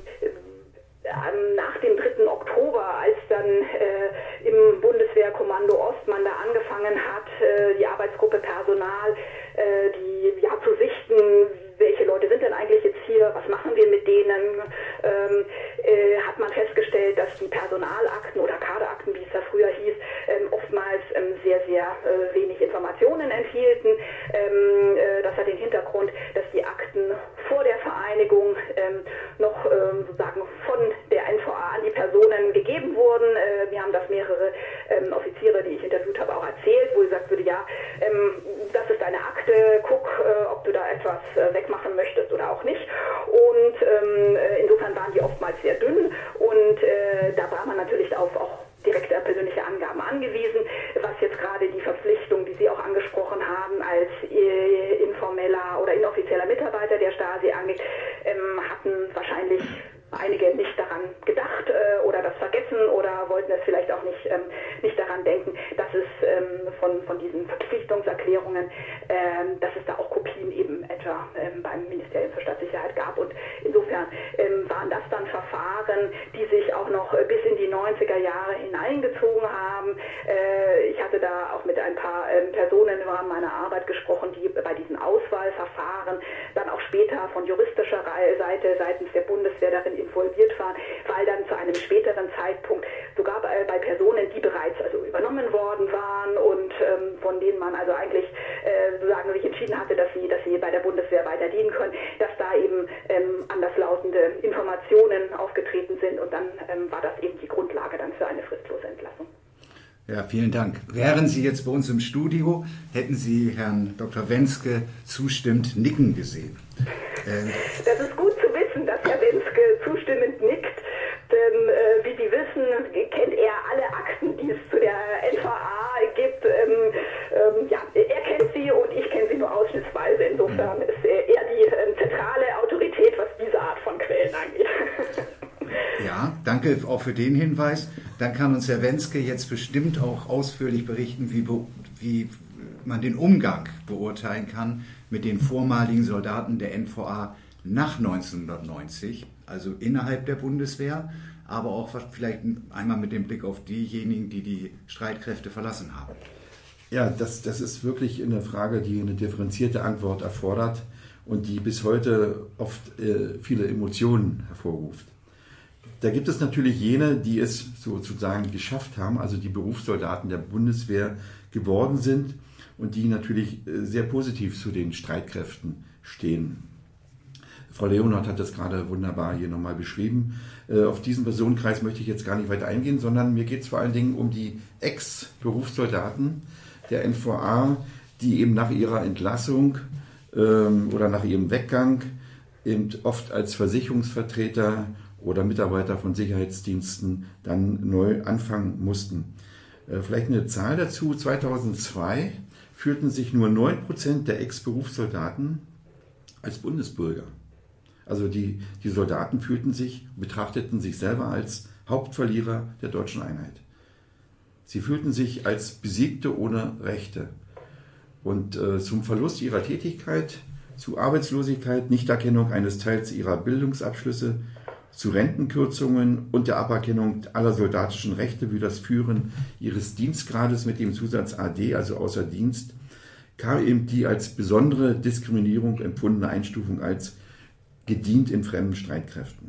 Speaker 2: nach dem dritten Oktober, als dann äh, im Bundeswehrkommando Ost man da angefangen hat, äh, die Arbeitsgruppe Personal, äh, die ja zu sichten, welche Leute sind denn eigentlich jetzt hier, was machen wir mit denen, ähm, äh, hat man festgestellt, dass die Personalakten oder Kaderakten, wie es da früher hieß, ähm, oftmals ähm, sehr, sehr äh, wenig Informationen enthielten. Ähm, äh, das hat den Hintergrund, dass die Akten vor der Vereinigung ähm, noch ähm, sozusagen von der N V A an die Personen gegeben wurden. Äh, mir haben das mehrere ähm, Offiziere, die ich interviewt habe, auch erzählt, wo gesagt wurde, ja, ähm, das ist deine Akte, guck, äh, ob du da etwas äh, wegmachen möchtest oder auch nicht. Und ähm, insofern waren die oftmals sehr dünn und äh, da war man natürlich auf auch direkte persönliche Angaben angewiesen, was jetzt gerade die Verpflichtung, die Sie auch angesprochen haben, als äh, informeller oder inoffizieller Mitarbeiter der Stasi angeht, ähm, hatten wahrscheinlich einige nicht daran gedacht äh, oder das vergessen oder wollten es vielleicht auch nicht, ähm, nicht daran denken, dass es ähm, von, von diesen Verpflichtungserklärungen, ähm, dass es da auch Kopien eben etwa ähm, beim Ministerium für Staatssicherheit gab. Und insofern ähm, waren das dann Verfahren, die sich auch noch äh, bis in die neunziger Jahre hineingezogen haben. Äh, ich hatte da auch mit ein paar ähm, Personen im Rahmen meiner Arbeit gesprochen, die bei diesen Auswahlverfahren dann auch später von juristischer Seite seitens der Bundeswehr darin involviert waren, weil dann zu einem späteren Zeitpunkt sogar bei, bei Personen, die bereits also übernommen worden waren und ähm, von denen man also eigentlich äh, sozusagen sich entschieden hatte, dass sie, dass sie bei der Bundeswehr weiter dienen können, dass da eben ähm, anderslautende Informationen aufgetreten sind und dann ähm, war das eben die Grundlage dann für eine fristlose Entlassung.
Speaker 1: Ja, vielen Dank. Wären Sie jetzt bei uns im Studio, hätten Sie Herrn Doktor Wenske zustimmend nicken gesehen.
Speaker 2: Ähm das ist gut zu wissen, dass Herr Wenske zustimmend nickt, denn äh, wie Sie wissen, kennt er alle Akten, die es zu der N V A gibt. Ähm, ähm, ja, er kennt sie und ich kenne sie nur ausschnittsweise. Insofern ist er eher die äh, zentrale Autorität, was diese Art von Quellen angeht.
Speaker 1: Ja, danke auch für den Hinweis. Dann kann uns Herr Wenske jetzt bestimmt auch ausführlich berichten, wie, wie man den Umgang beurteilen kann mit den vormaligen Soldaten der N V A nach neunzehnhundertneunzig, also innerhalb der Bundeswehr, aber auch vielleicht einmal mit dem Blick auf diejenigen, die die Streitkräfte verlassen haben.
Speaker 3: Ja, das, das ist wirklich eine Frage, die eine differenzierte Antwort erfordert und die bis heute oft äh, viele Emotionen hervorruft. Da gibt es natürlich jene, die es sozusagen geschafft haben, also die Berufssoldaten der Bundeswehr geworden sind und die natürlich sehr positiv zu den Streitkräften stehen. Frau Leonhardt hat das gerade wunderbar hier nochmal beschrieben. Auf diesen Personenkreis möchte ich jetzt gar nicht weiter eingehen, sondern mir geht es vor allen Dingen um die Ex-Berufssoldaten der N V A, die eben nach ihrer Entlassung ähm, oder nach ihrem Weggang eben oft als Versicherungsvertreter oder Mitarbeiter von Sicherheitsdiensten dann neu anfangen mussten. Äh, vielleicht eine Zahl dazu. zweitausendzwei fühlten sich nur neun Prozent der Ex-Berufssoldaten als Bundesbürger. Also die, die Soldaten fühlten sich, betrachteten sich selber als Hauptverlierer der deutschen Einheit. Sie fühlten sich als Besiegte ohne Rechte. Und äh, zum Verlust ihrer Tätigkeit, zu Arbeitslosigkeit, Nichterkennung eines Teils ihrer Bildungsabschlüsse, zu Rentenkürzungen und der Aberkennung aller soldatischen Rechte wie das Führen ihres Dienstgrades mit dem Zusatz A D, also außer Dienst, kam eben die als besondere Diskriminierung empfundene Einstufung als gedient in fremden Streitkräften.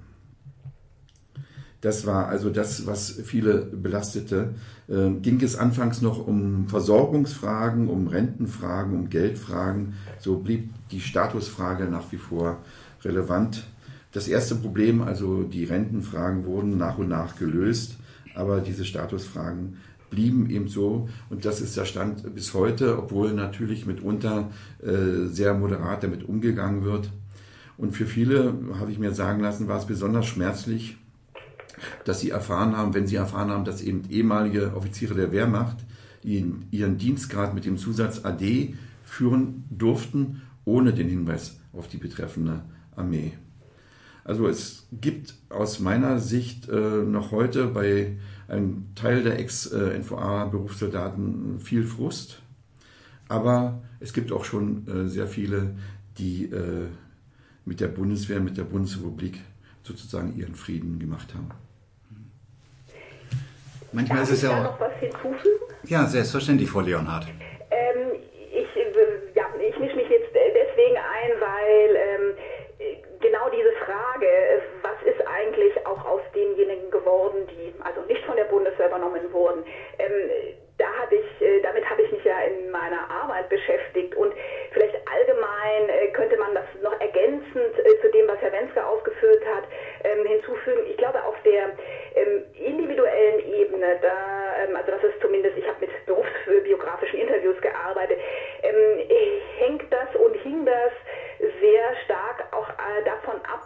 Speaker 3: Das war also das, was viele belastete. Äh, ging es anfangs noch um Versorgungsfragen, um Rentenfragen, um Geldfragen, so blieb die Statusfrage nach wie vor relevant. Das erste Problem, also die Rentenfragen, wurden nach und nach gelöst, aber diese Statusfragen blieben eben so und das ist der Stand bis heute, obwohl natürlich mitunter äh, sehr moderat damit umgegangen wird. Und für viele, habe ich mir sagen lassen, war es besonders schmerzlich, dass sie erfahren haben, wenn sie erfahren haben, dass eben ehemalige Offiziere der Wehrmacht ihren, ihren Dienstgrad mit dem Zusatz A D führen durften, ohne den Hinweis auf die betreffende Armee. Also es gibt aus meiner Sicht äh, noch heute bei einem Teil der Ex-N V A-Berufssoldaten viel Frust, aber es gibt auch schon äh, sehr viele, die äh, mit der Bundeswehr, mit der Bundesrepublik sozusagen ihren Frieden gemacht haben.
Speaker 1: Manchmal
Speaker 2: Darf
Speaker 1: ist es
Speaker 2: ich
Speaker 1: ja
Speaker 2: da
Speaker 1: auch...
Speaker 2: noch was hinzufügen?
Speaker 1: Ja, selbstverständlich, Frau Leonhardt.
Speaker 2: Ähm, ich, äh, ja, ich mische mich jetzt deswegen ein, weil ähm, genau diese Frage, was ist eigentlich auch aus denjenigen geworden, die also nicht von der Bundeswehr übernommen wurden, ähm, da habe ich, damit habe ich mich ja in meiner Arbeit beschäftigt und vielleicht allgemein könnte man das noch ergänzend zu dem, was Herr Wenzke ausgeführt hat, hinzufügen. Ich glaube, auf der individuellen Ebene, da, also das ist zumindest, ich habe mit berufsbiografischen Interviews gearbeitet, hängt das und hing das sehr stark auch davon ab,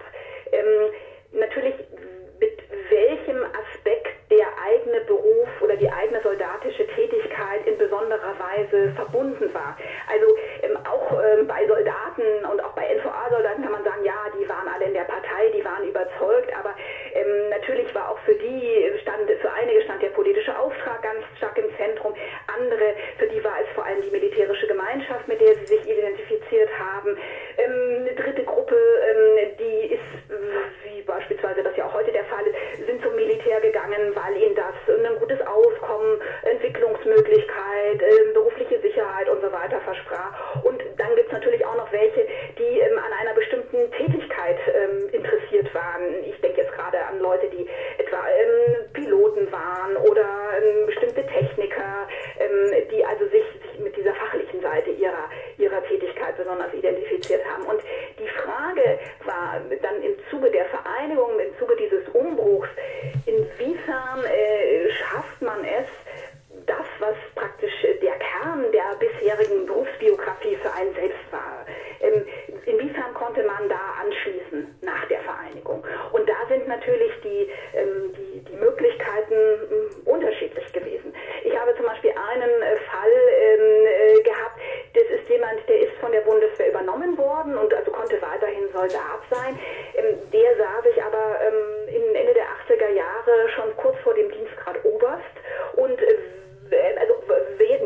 Speaker 2: natürlich mit welchem Aspekt der eigene Beruf oder die eigene soldatische Tätigkeit in besonderer Weise verbunden war. Also ähm, auch ähm, bei Soldaten und auch bei N V A-Soldaten kann man sagen, ja, die waren alle in der Partei, die waren überzeugt, aber ähm, natürlich war auch für die, stand, für einige stand der politische Auftrag ganz stark im Zentrum, andere, für die war es vor allem die militärische Gemeinschaft, mit der sie sich identifiziert haben. Ähm, eine dritte Gruppe, ähm, die ist, wie beispielsweise das ja auch heute der Fall ist, sind zum Militär gegangen, weil ihnen das ein gutes Auskommen, Entwicklungsmöglichkeit, äh, berufliche Sicherheit und so weiter versprach. Und dann gibt es natürlich auch noch welche, die ähm, an einer bestimmten Tätigkeit ähm, interessiert waren. Ich denke jetzt gerade an Leute, die etwa ähm, Piloten waren oder ähm, bestimmte Techniker, ähm, die also sich, sich mit dieser fachlichen Seite ihrer, ihrer Tätigkeit besonders identifiziert haben. Und die Frage war dann im Zuge der Vereinigung, im Zuge dieses Umbruchs, inwiefern äh, schafft man es, das, was praktisch der Kern der bisherigen Berufsbiografie für einen selbst war, ähm, inwiefern konnte man da anschließen nach der Vereinigung? Und da sind natürlich die, ähm, die, die Möglichkeiten äh, unterschiedlich gewesen. Ich habe zum Beispiel einen äh, Fall ähm, äh, gehabt, das ist jemand, der ist von der Bundeswehr übernommen worden und also konnte weiterhin Soldat sein. Ähm, der sah sich aber ähm, in Ende der achtziger Jahre schon kurz vor dem Dienstgrad Oberst und äh, also nee, er war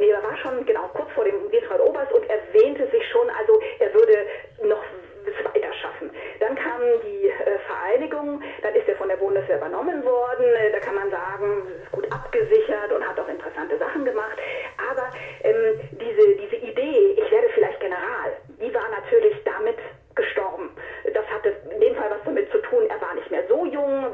Speaker 2: schon genau kurz vor dem Gertraud-Oberst und erwähnte sich schon, also er würde noch es weiter schaffen. Dann kam die äh, Vereinigung, dann ist er von der Bundeswehr übernommen worden, äh, da kann man sagen, ist gut abgesichert und hat auch interessante Sachen gemacht, aber ähm, diese, diese Idee, ich werde vielleicht General, die war natürlich damit gestorben. Das hatte in dem Fall was damit zu tun, er war nicht mehr so jung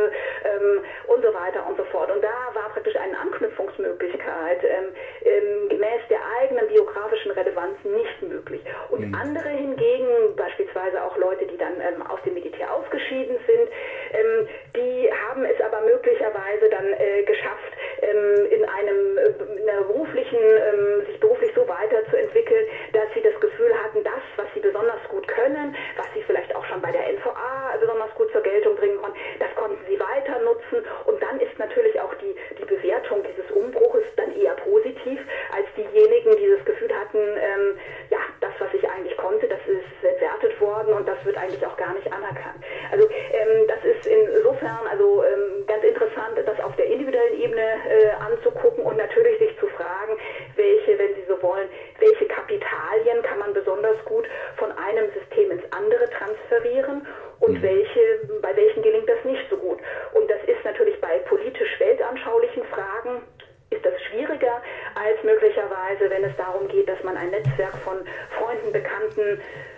Speaker 2: ähm, und so weiter und so fort. Und da war praktisch eine Anknüpfungsmöglichkeit ähm, ähm, gemäß der eigenen biografischen Relevanz nicht möglich. Und mhm. andere hingegen, beispielsweise auch Leute, die dann ähm, aus dem Militär ausgeschieden sind, ähm, die haben es aber möglicherweise dann äh, geschafft, ähm, in einem äh, in einer beruflichen, ähm, sich beruflich so weiterzuentwickeln, dass sie das Gefühl hatten, das, was sie besonders gut können, was sie vielleicht auch schon bei der N V A besonders gut zur Geltung bringen konnten, das konnten sie weiter nutzen. Und dann ist natürlich auch die, die Bewertung dieses Umbruches dann eher positiv, als diejenigen, die das Gefühl hatten, ähm, ja, das, was ich eigentlich konnte, das ist entwertet worden und das wird eigentlich auch gar nicht anerkannt. Also ähm, das ist insofern also ähm, ganz interessant, das auf der individuellen Ebene äh, anzugucken und natürlich sich zu fragen, welche, wenn Sie so wollen, welche Kapitalien kann man besonders gut von einem System ins andere transferieren und mhm. welche, bei welchen gelingt das nicht so gut. Und das ist natürlich bei politisch weltanschaulichen Fragen ist das schwieriger als möglicherweise, wenn es darum geht, dass man ein Netzwerk von Freunden, Bekannten,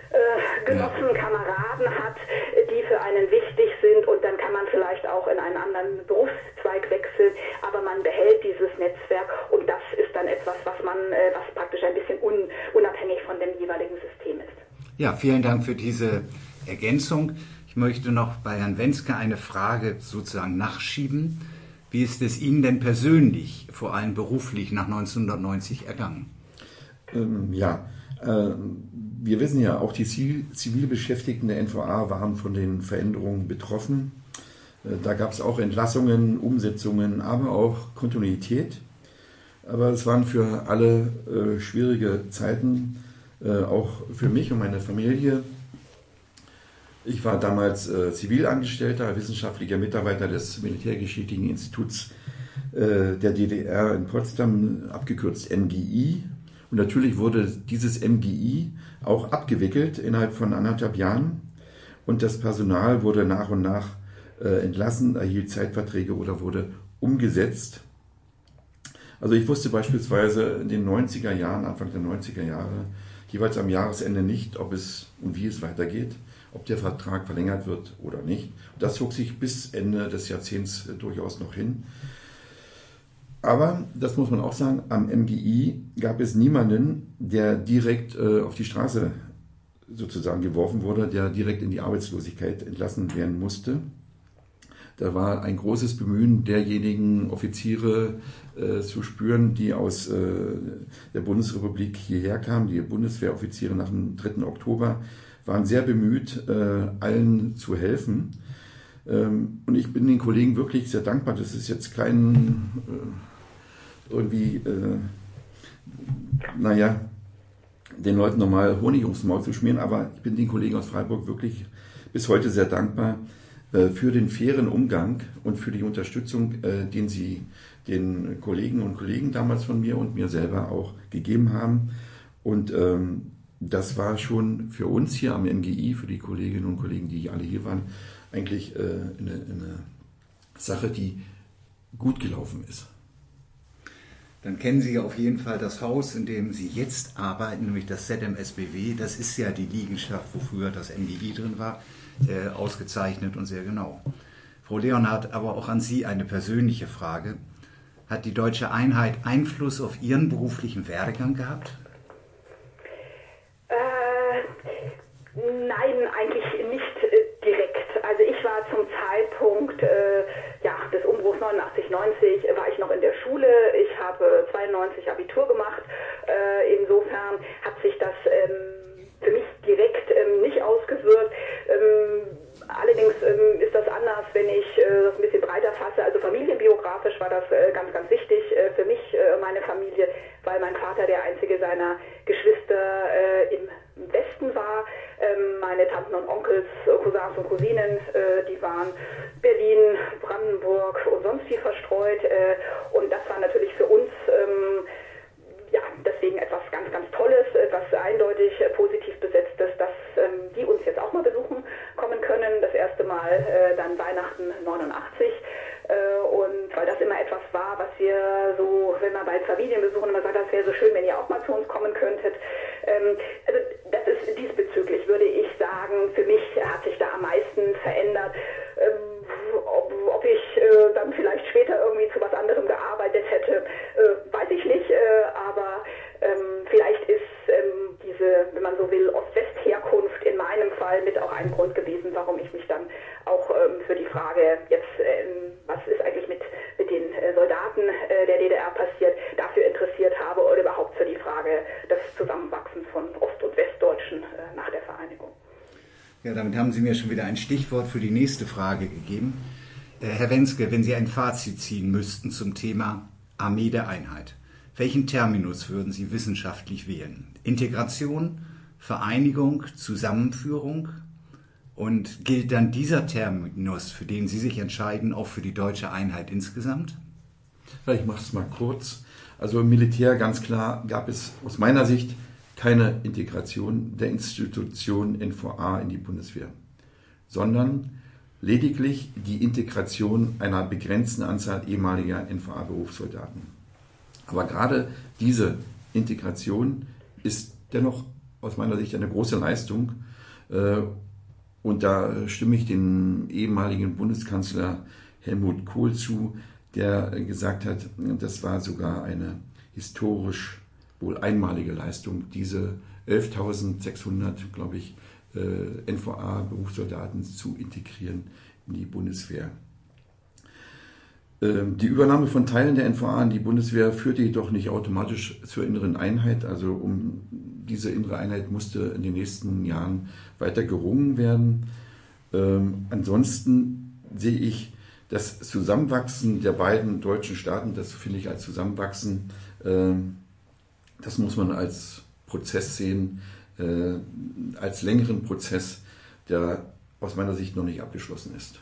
Speaker 2: äh, Genossen, ja. Kameraden hat, die für einen wichtig sind und dann kann man vielleicht auch in einen anderen Berufszweig wechseln, aber man behält dieses Netzwerk und das ist dann etwas, was man, äh, was praktisch ein bisschen un, unabhängig von dem jeweiligen System ist.
Speaker 1: Ja, vielen Dank für diese Ergänzung. Ich möchte noch bei Herrn Wenske eine Frage sozusagen nachschieben. Wie ist es Ihnen denn persönlich, vor allem beruflich, nach neunzehnhundertneunzig ergangen?
Speaker 3: Ähm, ja, äh, wir wissen ja, auch die Zivilbeschäftigten der N V A waren von den Veränderungen betroffen. Äh, da gab es auch Entlassungen, Umsetzungen, aber auch Kontinuität. Aber es waren für alle äh, schwierige Zeiten, äh, auch für mich und meine Familie. Ich war damals äh, Zivilangestellter, wissenschaftlicher Mitarbeiter des Militärgeschichtlichen Instituts äh, der D D R in Potsdam, abgekürzt M G I. Und natürlich wurde dieses M G I auch abgewickelt innerhalb von anderthalb Jahren. Und das Personal wurde nach und nach äh, entlassen, erhielt Zeitverträge oder wurde umgesetzt. Also ich wusste beispielsweise in den neunziger Jahren, Anfang der neunziger Jahre, jeweils am Jahresende nicht, ob es und wie es weitergeht, ob der Vertrag verlängert wird oder nicht. Und das zog sich bis Ende des Jahrzehnts durchaus noch hin. Aber, das muss man auch sagen, am M G I gab es niemanden, der direkt äh, auf die Straße sozusagen geworfen wurde, der direkt in die Arbeitslosigkeit entlassen werden musste. Da war ein großes Bemühen derjenigen Offiziere äh, zu spüren, die aus äh, der Bundesrepublik hierher kamen. Die Bundeswehroffiziere nach dem dritten Oktober waren sehr bemüht, äh, allen zu helfen. Ähm, und ich bin den Kollegen wirklich sehr dankbar. Das ist jetzt kein äh, irgendwie, äh, naja, den Leuten nochmal Honig ums Maul zu schmieren, aber ich bin den Kollegen aus Freiburg wirklich bis heute sehr dankbar äh, für den fairen Umgang und für die Unterstützung, äh, den sie den Kollegen und Kollegen damals von mir und mir selber auch gegeben haben. Und ähm, das war schon für uns hier am M G I, für die Kolleginnen und Kollegen, die alle hier waren, eigentlich äh, eine, eine Sache, die gut gelaufen ist.
Speaker 1: Dann kennen Sie ja auf jeden Fall das Haus, in dem Sie jetzt arbeiten, nämlich das Z M S B W. Das ist ja die Liegenschaft, wo früher das M G I drin war, äh, ausgezeichnet und sehr genau. Frau Leonhardt, aber auch an Sie eine persönliche Frage. Hat die Deutsche Einheit Einfluss auf Ihren beruflichen Werdegang gehabt?
Speaker 2: Nein, eigentlich nicht äh, direkt. Also ich war zum Zeitpunkt äh, ja, des Umbruchs neunundachtzig neunzig, war ich noch in der Schule. Ich habe zweiundneunzig Abitur gemacht. Äh, insofern hat sich das ähm, für mich direkt ähm, nicht ausgewirkt. Ähm, allerdings ähm, ist das anders, wenn ich äh, das ein bisschen breiter fasse. Also familienbiografisch war das äh, ganz, ganz wichtig äh, für mich, äh, meine Familie, weil mein Vater der einzige seiner Geschwister äh, im Westen war. Ähm, meine Tanten und Onkels, Cousins und Cousinen, äh, die waren Berlin, Brandenburg und sonst wie verstreut. Äh, und das war natürlich für uns ähm, ja, deswegen etwas ganz, ganz Tolles, etwas eindeutig positiv Besetztes, dass ähm, die uns jetzt auch mal besuchen kommen können. Das erste Mal äh, dann Weihnachten neunundachtzig. Äh, und weil das immer etwas war, was wir so, wenn man bei Familienbesuchen immer sagt, das wäre so schön, wenn ihr auch mal zu uns kommen könntet. Ähm, also das ist diesbezüglich, würde ich sagen, für mich hat sich da am meisten verändert. Ähm, ob, ob ich äh, dann vielleicht später irgendwie zu was anderem gearbeitet hätte, äh, weiß ich nicht, äh, aber ähm, vielleicht ist ähm, diese, wenn man so will, Ost-West-Herkunft in meinem Fall mit auch ein Grund gewesen, warum ich mich dann auch ähm, für die Frage jetzt, ähm, was ist eigentlich mit, mit den äh, Soldaten äh, der D D R passiert, dafür interessiert habe oder überhaupt für die Frage des Zusammenwachsens von Ost- und Westdeutschen äh, nach der Vereinigung.
Speaker 1: Ja, damit haben Sie mir schon wieder ein Stichwort für die nächste Frage gegeben. Äh, Herr Wenske, wenn Sie ein Fazit ziehen müssten zum Thema Armee der Einheit, welchen Terminus würden Sie wissenschaftlich wählen? Integration, Vereinigung, Zusammenführung? Und gilt dann dieser Terminus, für den Sie sich entscheiden, auch für die deutsche Einheit insgesamt?
Speaker 3: Ja, ich mache es mal kurz. Also im Militär ganz klar gab es aus meiner Sicht keine Integration der Institution N V A in die Bundeswehr, sondern lediglich die Integration einer begrenzten Anzahl ehemaliger N V A-Berufssoldaten. Aber gerade diese Integration ist dennoch aus meiner Sicht eine große Leistung. Und da stimme ich dem ehemaligen Bundeskanzler Helmut Kohl zu, der gesagt hat, das war sogar eine historisch wohl einmalige Leistung, diese elftausendsechshundert, glaube ich, N V A-Berufssoldaten zu integrieren in die Bundeswehr. Die Übernahme von Teilen der N V A in die Bundeswehr führte jedoch nicht automatisch zur inneren Einheit. Also um diese innere Einheit musste in den nächsten Jahren weiter gerungen werden. Ähm, ansonsten sehe ich das Zusammenwachsen der beiden deutschen Staaten, das finde ich als Zusammenwachsen, ähm, das muss man als Prozess sehen, äh, als längeren Prozess, der aus meiner Sicht noch nicht abgeschlossen ist.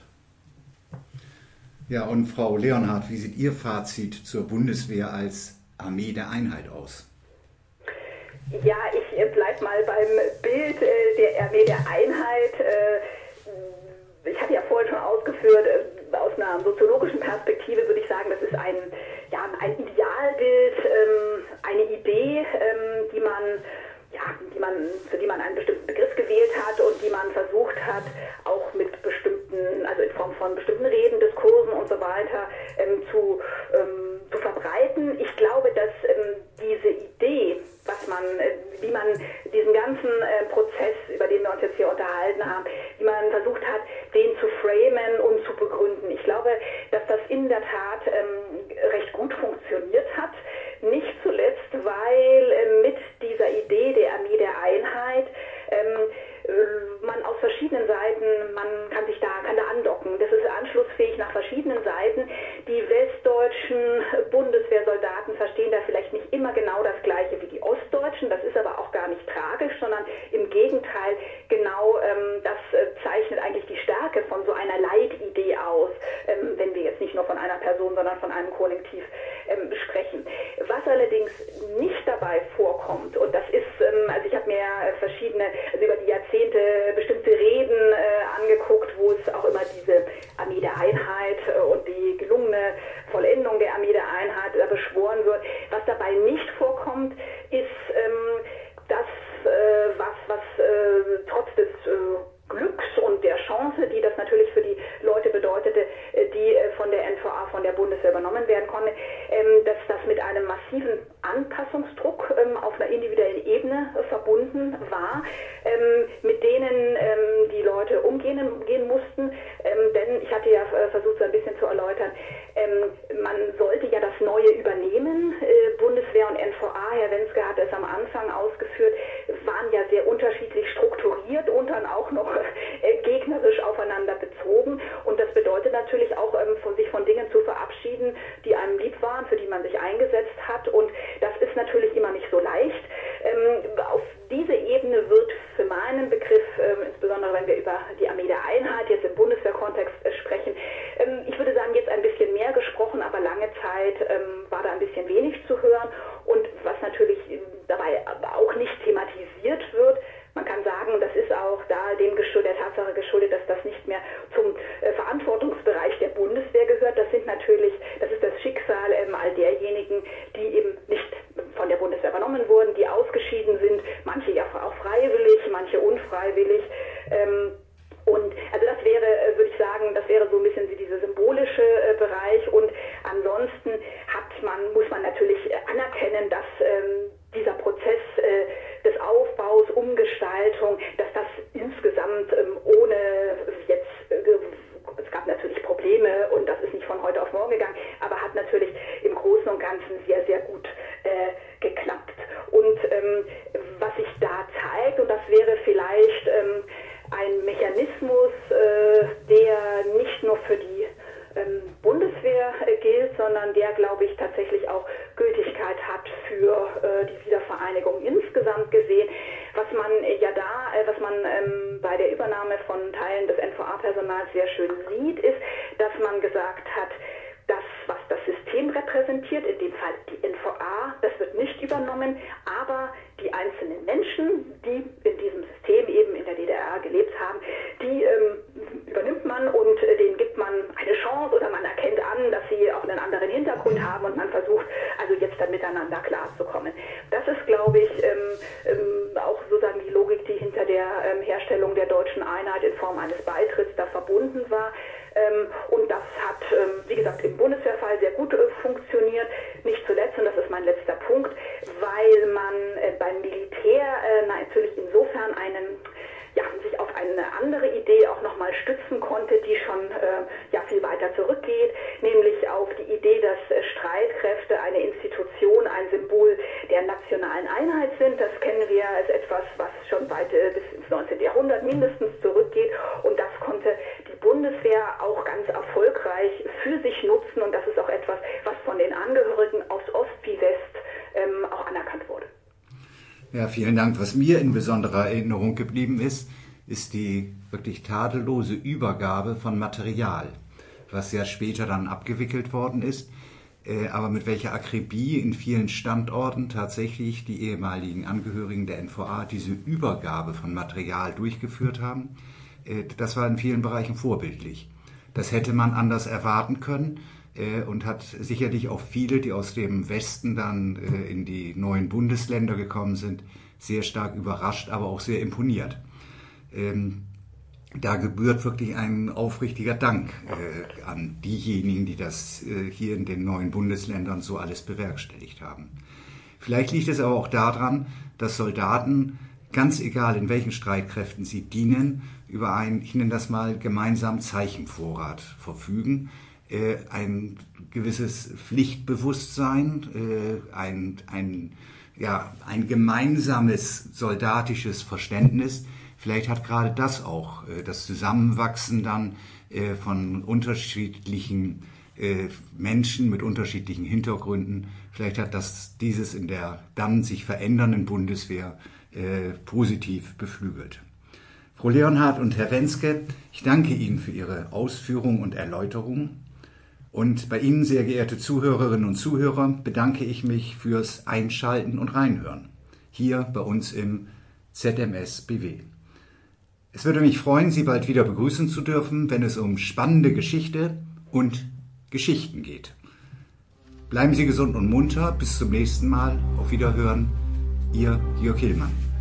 Speaker 1: Ja, und Frau Leonhardt, wie sieht Ihr Fazit zur Bundeswehr als Armee der Einheit aus?
Speaker 2: Ja, ich äh, bleibe mal beim Bild äh, der Armee der Einheit. Äh, ich hatte ja vorhin schon ausgeführt, äh, aus einer soziologischen Perspektive würde ich sagen, das ist ein, ja, ein Idealbild, ähm, eine Idee, ähm, die man ja, die man, für die man einen bestimmten Begriff gewählt hat und die man versucht hat, auch mit bestimmten, also in Form von bestimmten Reden, Diskursen und so weiter ähm, zu, ähm, zu verbreiten. Ich glaube, dass ähm, diese Idee, was man, äh, wie man diesen ganzen äh, Prozess, über den wir uns jetzt hier unterhalten haben, wie man versucht hat, den zu framen und zu begründen. Ich glaube, dass das in der Tat ähm, recht gut funktioniert hat. Nicht zuletzt, weil äh, mit dieser Idee der Armee der Einheit ähm, äh, man aus verschiedenen Seiten, man kann sich da, kann da andocken. Das ist anschlussfähig nach verschiedenen Seiten. Die westdeutschen Bundeswehrsoldaten verstehen da vielleicht nicht immer genau das Gleiche wie die Ostdeutschen. Das ist aber auch gar nicht tragisch, sondern im Gegenteil, genau ähm, das äh, zeichnet eigentlich die Stärke von so einer Leitidee aus, ähm, wenn wir jetzt nicht nur von einer Person, sondern von einem Kollektiv ähm, sprechen. Was allerdings nicht dabei vorkommt, und das ist, ähm, also ich habe mir verschiedene, also über die Jahrzehnte bestimmte Reden äh, angeguckt, wo es auch immer diese Armee der Einheit äh, und die gelungene Vollendung der Armee der Einheit äh, beschworen wird. Was dabei nicht vorkommt, ist ähm, das, äh, was, was äh, trotz des äh, Glücks und der Chance, die das natürlich für die Leute bedeutete, die von der N V A, von der Bundeswehr übernommen werden konnte, dass das mit einem massiven Anpassungsdruck auf einer individuellen Ebene verbunden war, mit denen die Leute umgehen, umgehen mussten. Denn ich hatte ja versucht, so ein bisschen zu erläutern, man sollte ja das Neue übernehmen. Bundeswehr und N V A, Herr Wenske hat es am Anfang ausgeführt, waren ja sehr unterschiedlich strukturiert und dann auch noch gegnerisch aufeinander bezogen. Und das bedeutet natürlich auch, ähm, von sich von Dingen zu verabschieden, die einem lieb waren, für die man sich eingesetzt hat. Und das ist natürlich immer nicht so leicht. Ähm, auf diese Ebene wird für meinen Begriff, ähm, insbesondere wenn wir über die Armee der Einheit jetzt im Bundeswehrkontext äh, sprechen, ähm, ich würde sagen, jetzt ein bisschen mehr gesprochen, aber lange Zeit ähm, war da ein bisschen wenig zu hören. Und was natürlich dabei aber auch nicht thematisiert wird, man kann sagen, das ist auch da dem geschuldet, der Tatsache geschuldet, dass das nicht mehr zum äh, Verantwortungsbereich der Bundeswehr gehört. Das sind natürlich, das ist das Schicksal ähm, all derjenigen, die eben nicht von der Bundeswehr übernommen wurden, die ausgeschieden sind, manche ja auch freiwillig, manche unfreiwillig. Ähm, und also das wäre, äh, würde ich sagen, das wäre so ein bisschen dieser symbolische äh, Bereich. Und ansonsten hat man, muss man natürlich äh, anerkennen, dass ähm, dieser Prozess äh, des Aufbaus, Umgestaltung, dass das insgesamt ähm, ohne jetzt, äh, es gab natürlich Probleme und das ist nicht von heute auf morgen gegangen, aber hat natürlich im Großen und Ganzen sehr, sehr gut äh, geklappt. Und ähm, was sich da zeigt, und das wäre vielleicht ähm, ein Mechanismus, äh, der nicht nur für die ähm, Bundeswehr äh, gilt, sondern der, glaube ich, tatsächlich auch Gültigkeit hat für äh, die Wiedervereinigung insgesamt gesehen. Was man äh, ja da, äh, was man ähm, bei der Übernahme von Teilen des N V A-Personals sehr schön sieht, ist, dass man gesagt hat, das, was das System repräsentiert, in dem Fall die N V A, das wird nicht übernommen, aber die einzelnen Menschen, die in diesem System eben in der D D R gelebt haben, die ähm, übernimmt man und äh, denen gibt man eine Chance oder man erkennt an, dass sie auch einen anderen Hintergrund haben und man versucht also jetzt dann miteinander klarzukommen. Das ist, glaube ich, ähm, ähm, auch sozusagen die Logik, die hinter der ähm, Herstellung der deutschen Einheit in Form eines Beitritts da verbunden war. Ähm, und das hat, ähm, wie gesagt, im Bundeswehrfall sehr gut äh, funktioniert. Nicht zuletzt, und das ist mein letzter Punkt, weil man äh, beim Militär äh, natürlich insofern einen, ja, sich auf eine andere Idee auch nochmal stützen konnte, die schon äh, ja, viel weiter zurückgeht, nämlich auf die Idee, dass äh, Streitkräfte eine Institution, ein Symbol der nationalen Einheit sind. Das kennen wir als etwas, was schon weit äh, bis ins neunzehnten Jahrhundert mindestens zurückgeht, und das konnte die Bundeswehr auch ganz erfolgreich für sich nutzen, und das ist auch etwas, was von den Angehörigen aus Ost wie West ähm, auch anerkannt wurde.
Speaker 1: Ja, vielen Dank. Was mir in besonderer Erinnerung geblieben ist, ist die wirklich tadellose Übergabe von Material, was ja später dann abgewickelt worden ist, äh, aber mit welcher Akribie in vielen Standorten tatsächlich die ehemaligen Angehörigen der N V A diese Übergabe von Material durchgeführt haben. Äh, das war in vielen Bereichen vorbildlich. Das hätte man anders erwarten können. Und hat sicherlich auch viele, die aus dem Westen dann äh, in die neuen Bundesländer gekommen sind, sehr stark überrascht, aber auch sehr imponiert. Ähm, da gebührt wirklich ein aufrichtiger Dank äh, an diejenigen, die das äh, hier in den neuen Bundesländern so alles bewerkstelligt haben. Vielleicht liegt es aber auch daran, dass Soldaten, ganz egal in welchen Streitkräften sie dienen, über einen, ich nenne das mal, gemeinsamen Zeichenvorrat verfügen, ein gewisses Pflichtbewusstsein, ein, ein, ja, ein gemeinsames soldatisches Verständnis. Vielleicht hat gerade das auch, das Zusammenwachsen dann von unterschiedlichen Menschen mit unterschiedlichen Hintergründen, vielleicht hat das dieses in der dann sich verändernden Bundeswehr positiv beflügelt. Frau Leonhardt und Herr Renske, ich danke Ihnen für Ihre Ausführungen und Erläuterungen. Und bei Ihnen, sehr geehrte Zuhörerinnen und Zuhörer, bedanke ich mich fürs Einschalten und Reinhören, hier bei uns im Z M S B W. Es würde mich freuen, Sie bald wieder begrüßen zu dürfen, wenn es um spannende Geschichte und Geschichten geht. Bleiben Sie gesund und munter, bis zum nächsten Mal, auf Wiederhören, Ihr Jörg Hillmann.